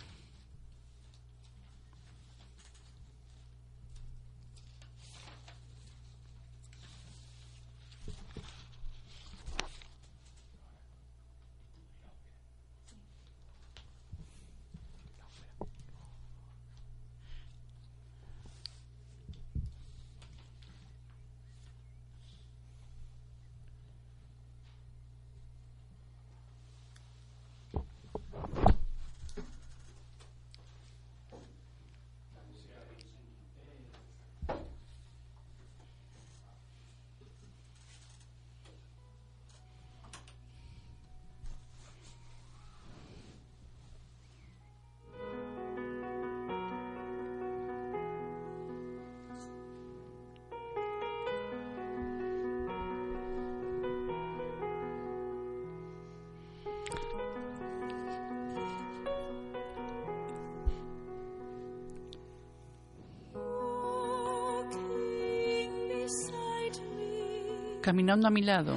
Caminando a mi lado,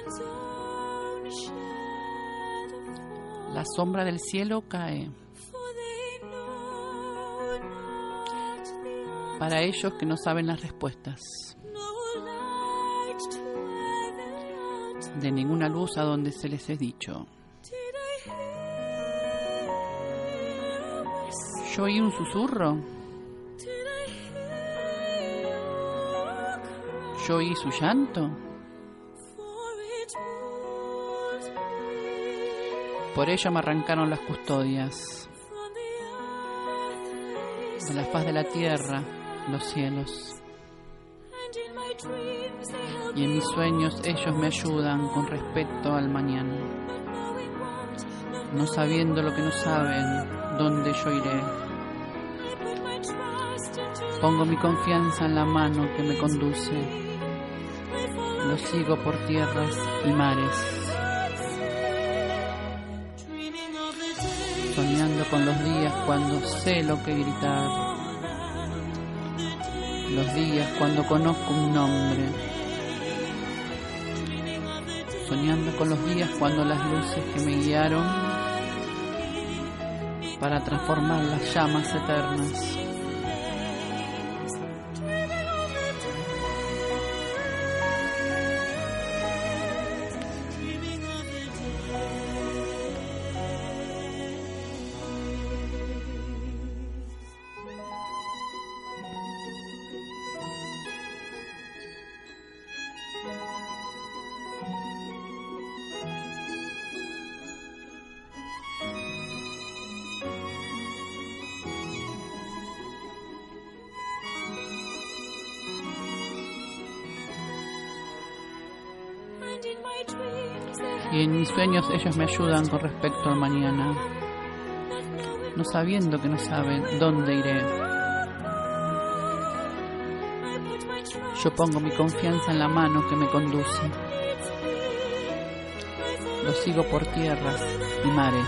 la sombra del cielo cae. Para ellos que no saben las respuestas, de ninguna luz a donde se les he dicho. Yo oí un susurro. Yo oí su llanto. Por ello me arrancaron las custodias de la faz de la tierra, los cielos. Y en mis sueños ellos me ayudan con respeto al mañana, no sabiendo lo que no saben, dónde yo iré. Pongo mi confianza en la mano que me conduce, lo sigo por tierras y mares. Soñando con los días cuando sé lo que gritar, los días cuando conozco un nombre, soñando con los días cuando las luces que me guiaron para transformar las llamas eternas. Y en mis sueños ellos me ayudan con respecto al mañana, no sabiendo que no saben dónde iré. Yo pongo mi confianza en la mano que me conduce, lo sigo por tierras y mares,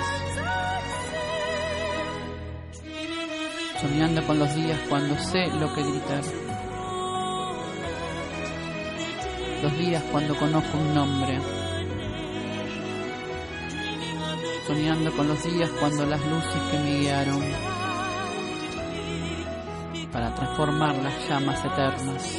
soñando con los días cuando sé lo que gritar, los días cuando conozco un nombre, soñando con los días cuando las luces que me guiaron para transformar las llamas eternas.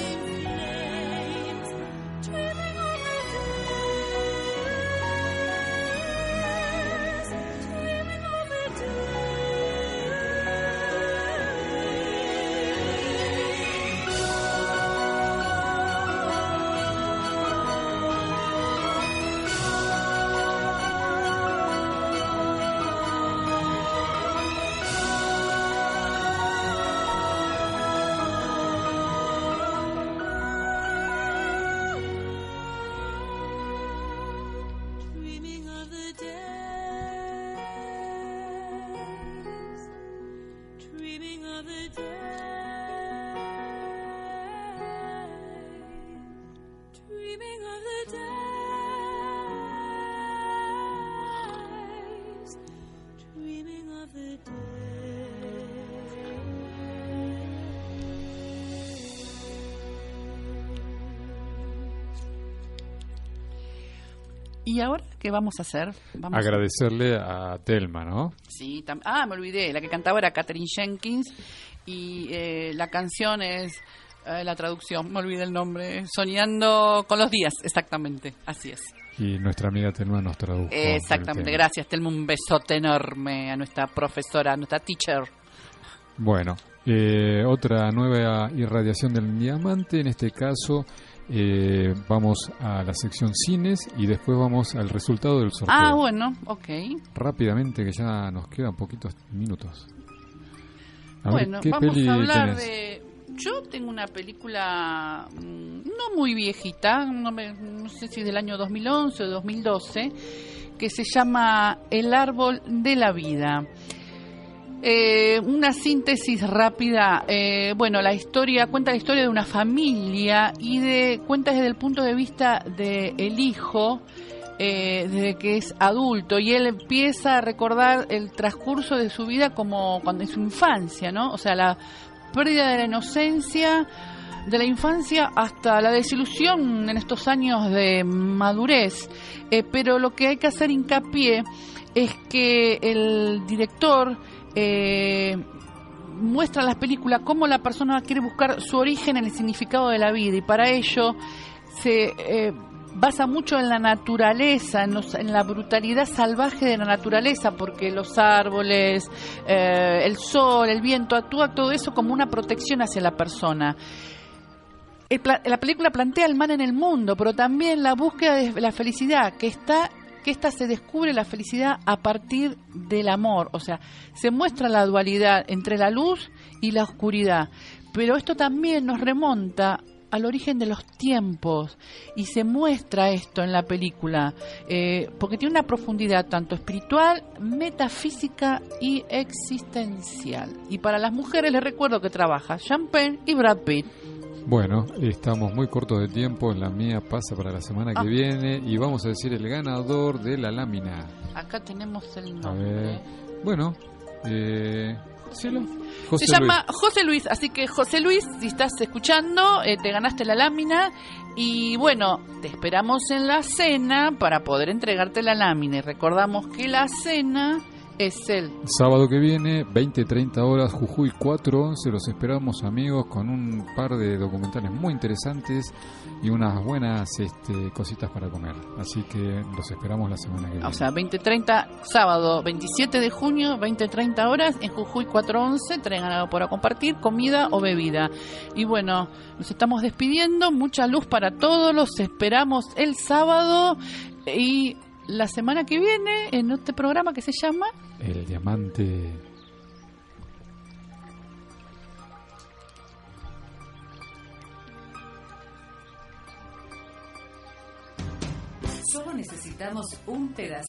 ¿Y ahora qué vamos a hacer?
Agradecerle a Thelma, ¿no?
Sí, me olvidé, la que cantaba era Katherine Jenkins y la canción es, la traducción, me olvidé el nombre, Soñando con los días, exactamente, así es.
Y nuestra amiga Thelma nos tradujo.
Exactamente, gracias Thelma, un besote enorme a nuestra profesora, a nuestra teacher.
Bueno, otra nueva irradiación del diamante, en este caso vamos a la sección cines y después vamos al resultado del sorteo.
Bueno, ok.
Rápidamente, que ya nos quedan poquitos minutos.
Bueno,
¿qué
vamos
peli
a hablar
tenés?
de... Yo tengo una película no muy viejita, no sé si del año 2011 o 2012, que se llama El árbol de la vida. Una síntesis rápida. Bueno, cuenta la historia de una familia y cuenta desde el punto de vista del hijo, desde que es adulto, y él empieza a recordar el transcurso de su vida como cuando en su infancia, ¿no? O sea, la pérdida de la inocencia de la infancia hasta la desilusión en estos años de madurez. Pero lo que hay que hacer hincapié es que el director muestra en las películas cómo la persona quiere buscar su origen en el significado de la vida, y para ello se basa mucho en la naturaleza, en la brutalidad salvaje de la naturaleza, porque los árboles, el sol, el viento, actúa todo eso como una protección hacia la persona. La película plantea el mal en el mundo, pero también la búsqueda de la felicidad, que esta se descubre la felicidad a partir del amor. O sea, se muestra la dualidad entre la luz y la oscuridad, pero esto también nos remonta al origen de los tiempos, y se muestra esto en la película, porque tiene una profundidad tanto espiritual, metafísica y existencial. Y para las mujeres les recuerdo que trabaja Sean Penn y Brad Pitt.
Bueno, estamos muy cortos de tiempo. La mía pasa para la semana que viene y vamos a decir el ganador de la lámina.
Acá tenemos el nombre.
A ver. Bueno, Cielo.
Se llama José Luis, así que José Luis, si estás escuchando, te ganaste la lámina, y bueno, te esperamos en la cena para poder entregarte la lámina, y recordamos que la cena es el
sábado que viene, 20-30 horas, Jujuy 411. Los esperamos, amigos, con un par de documentales muy interesantes y unas buenas cositas para comer. Así que los esperamos la semana que viene.
O sea, 20-30, sábado 27 de junio, 20-30 horas, en Jujuy 411. Traigan algo para compartir, comida o bebida. Y bueno, nos estamos despidiendo. Mucha luz para todos. Los esperamos el sábado y la semana que viene en este programa que se llama
El Diamante.
Solo necesitamos un pedazo.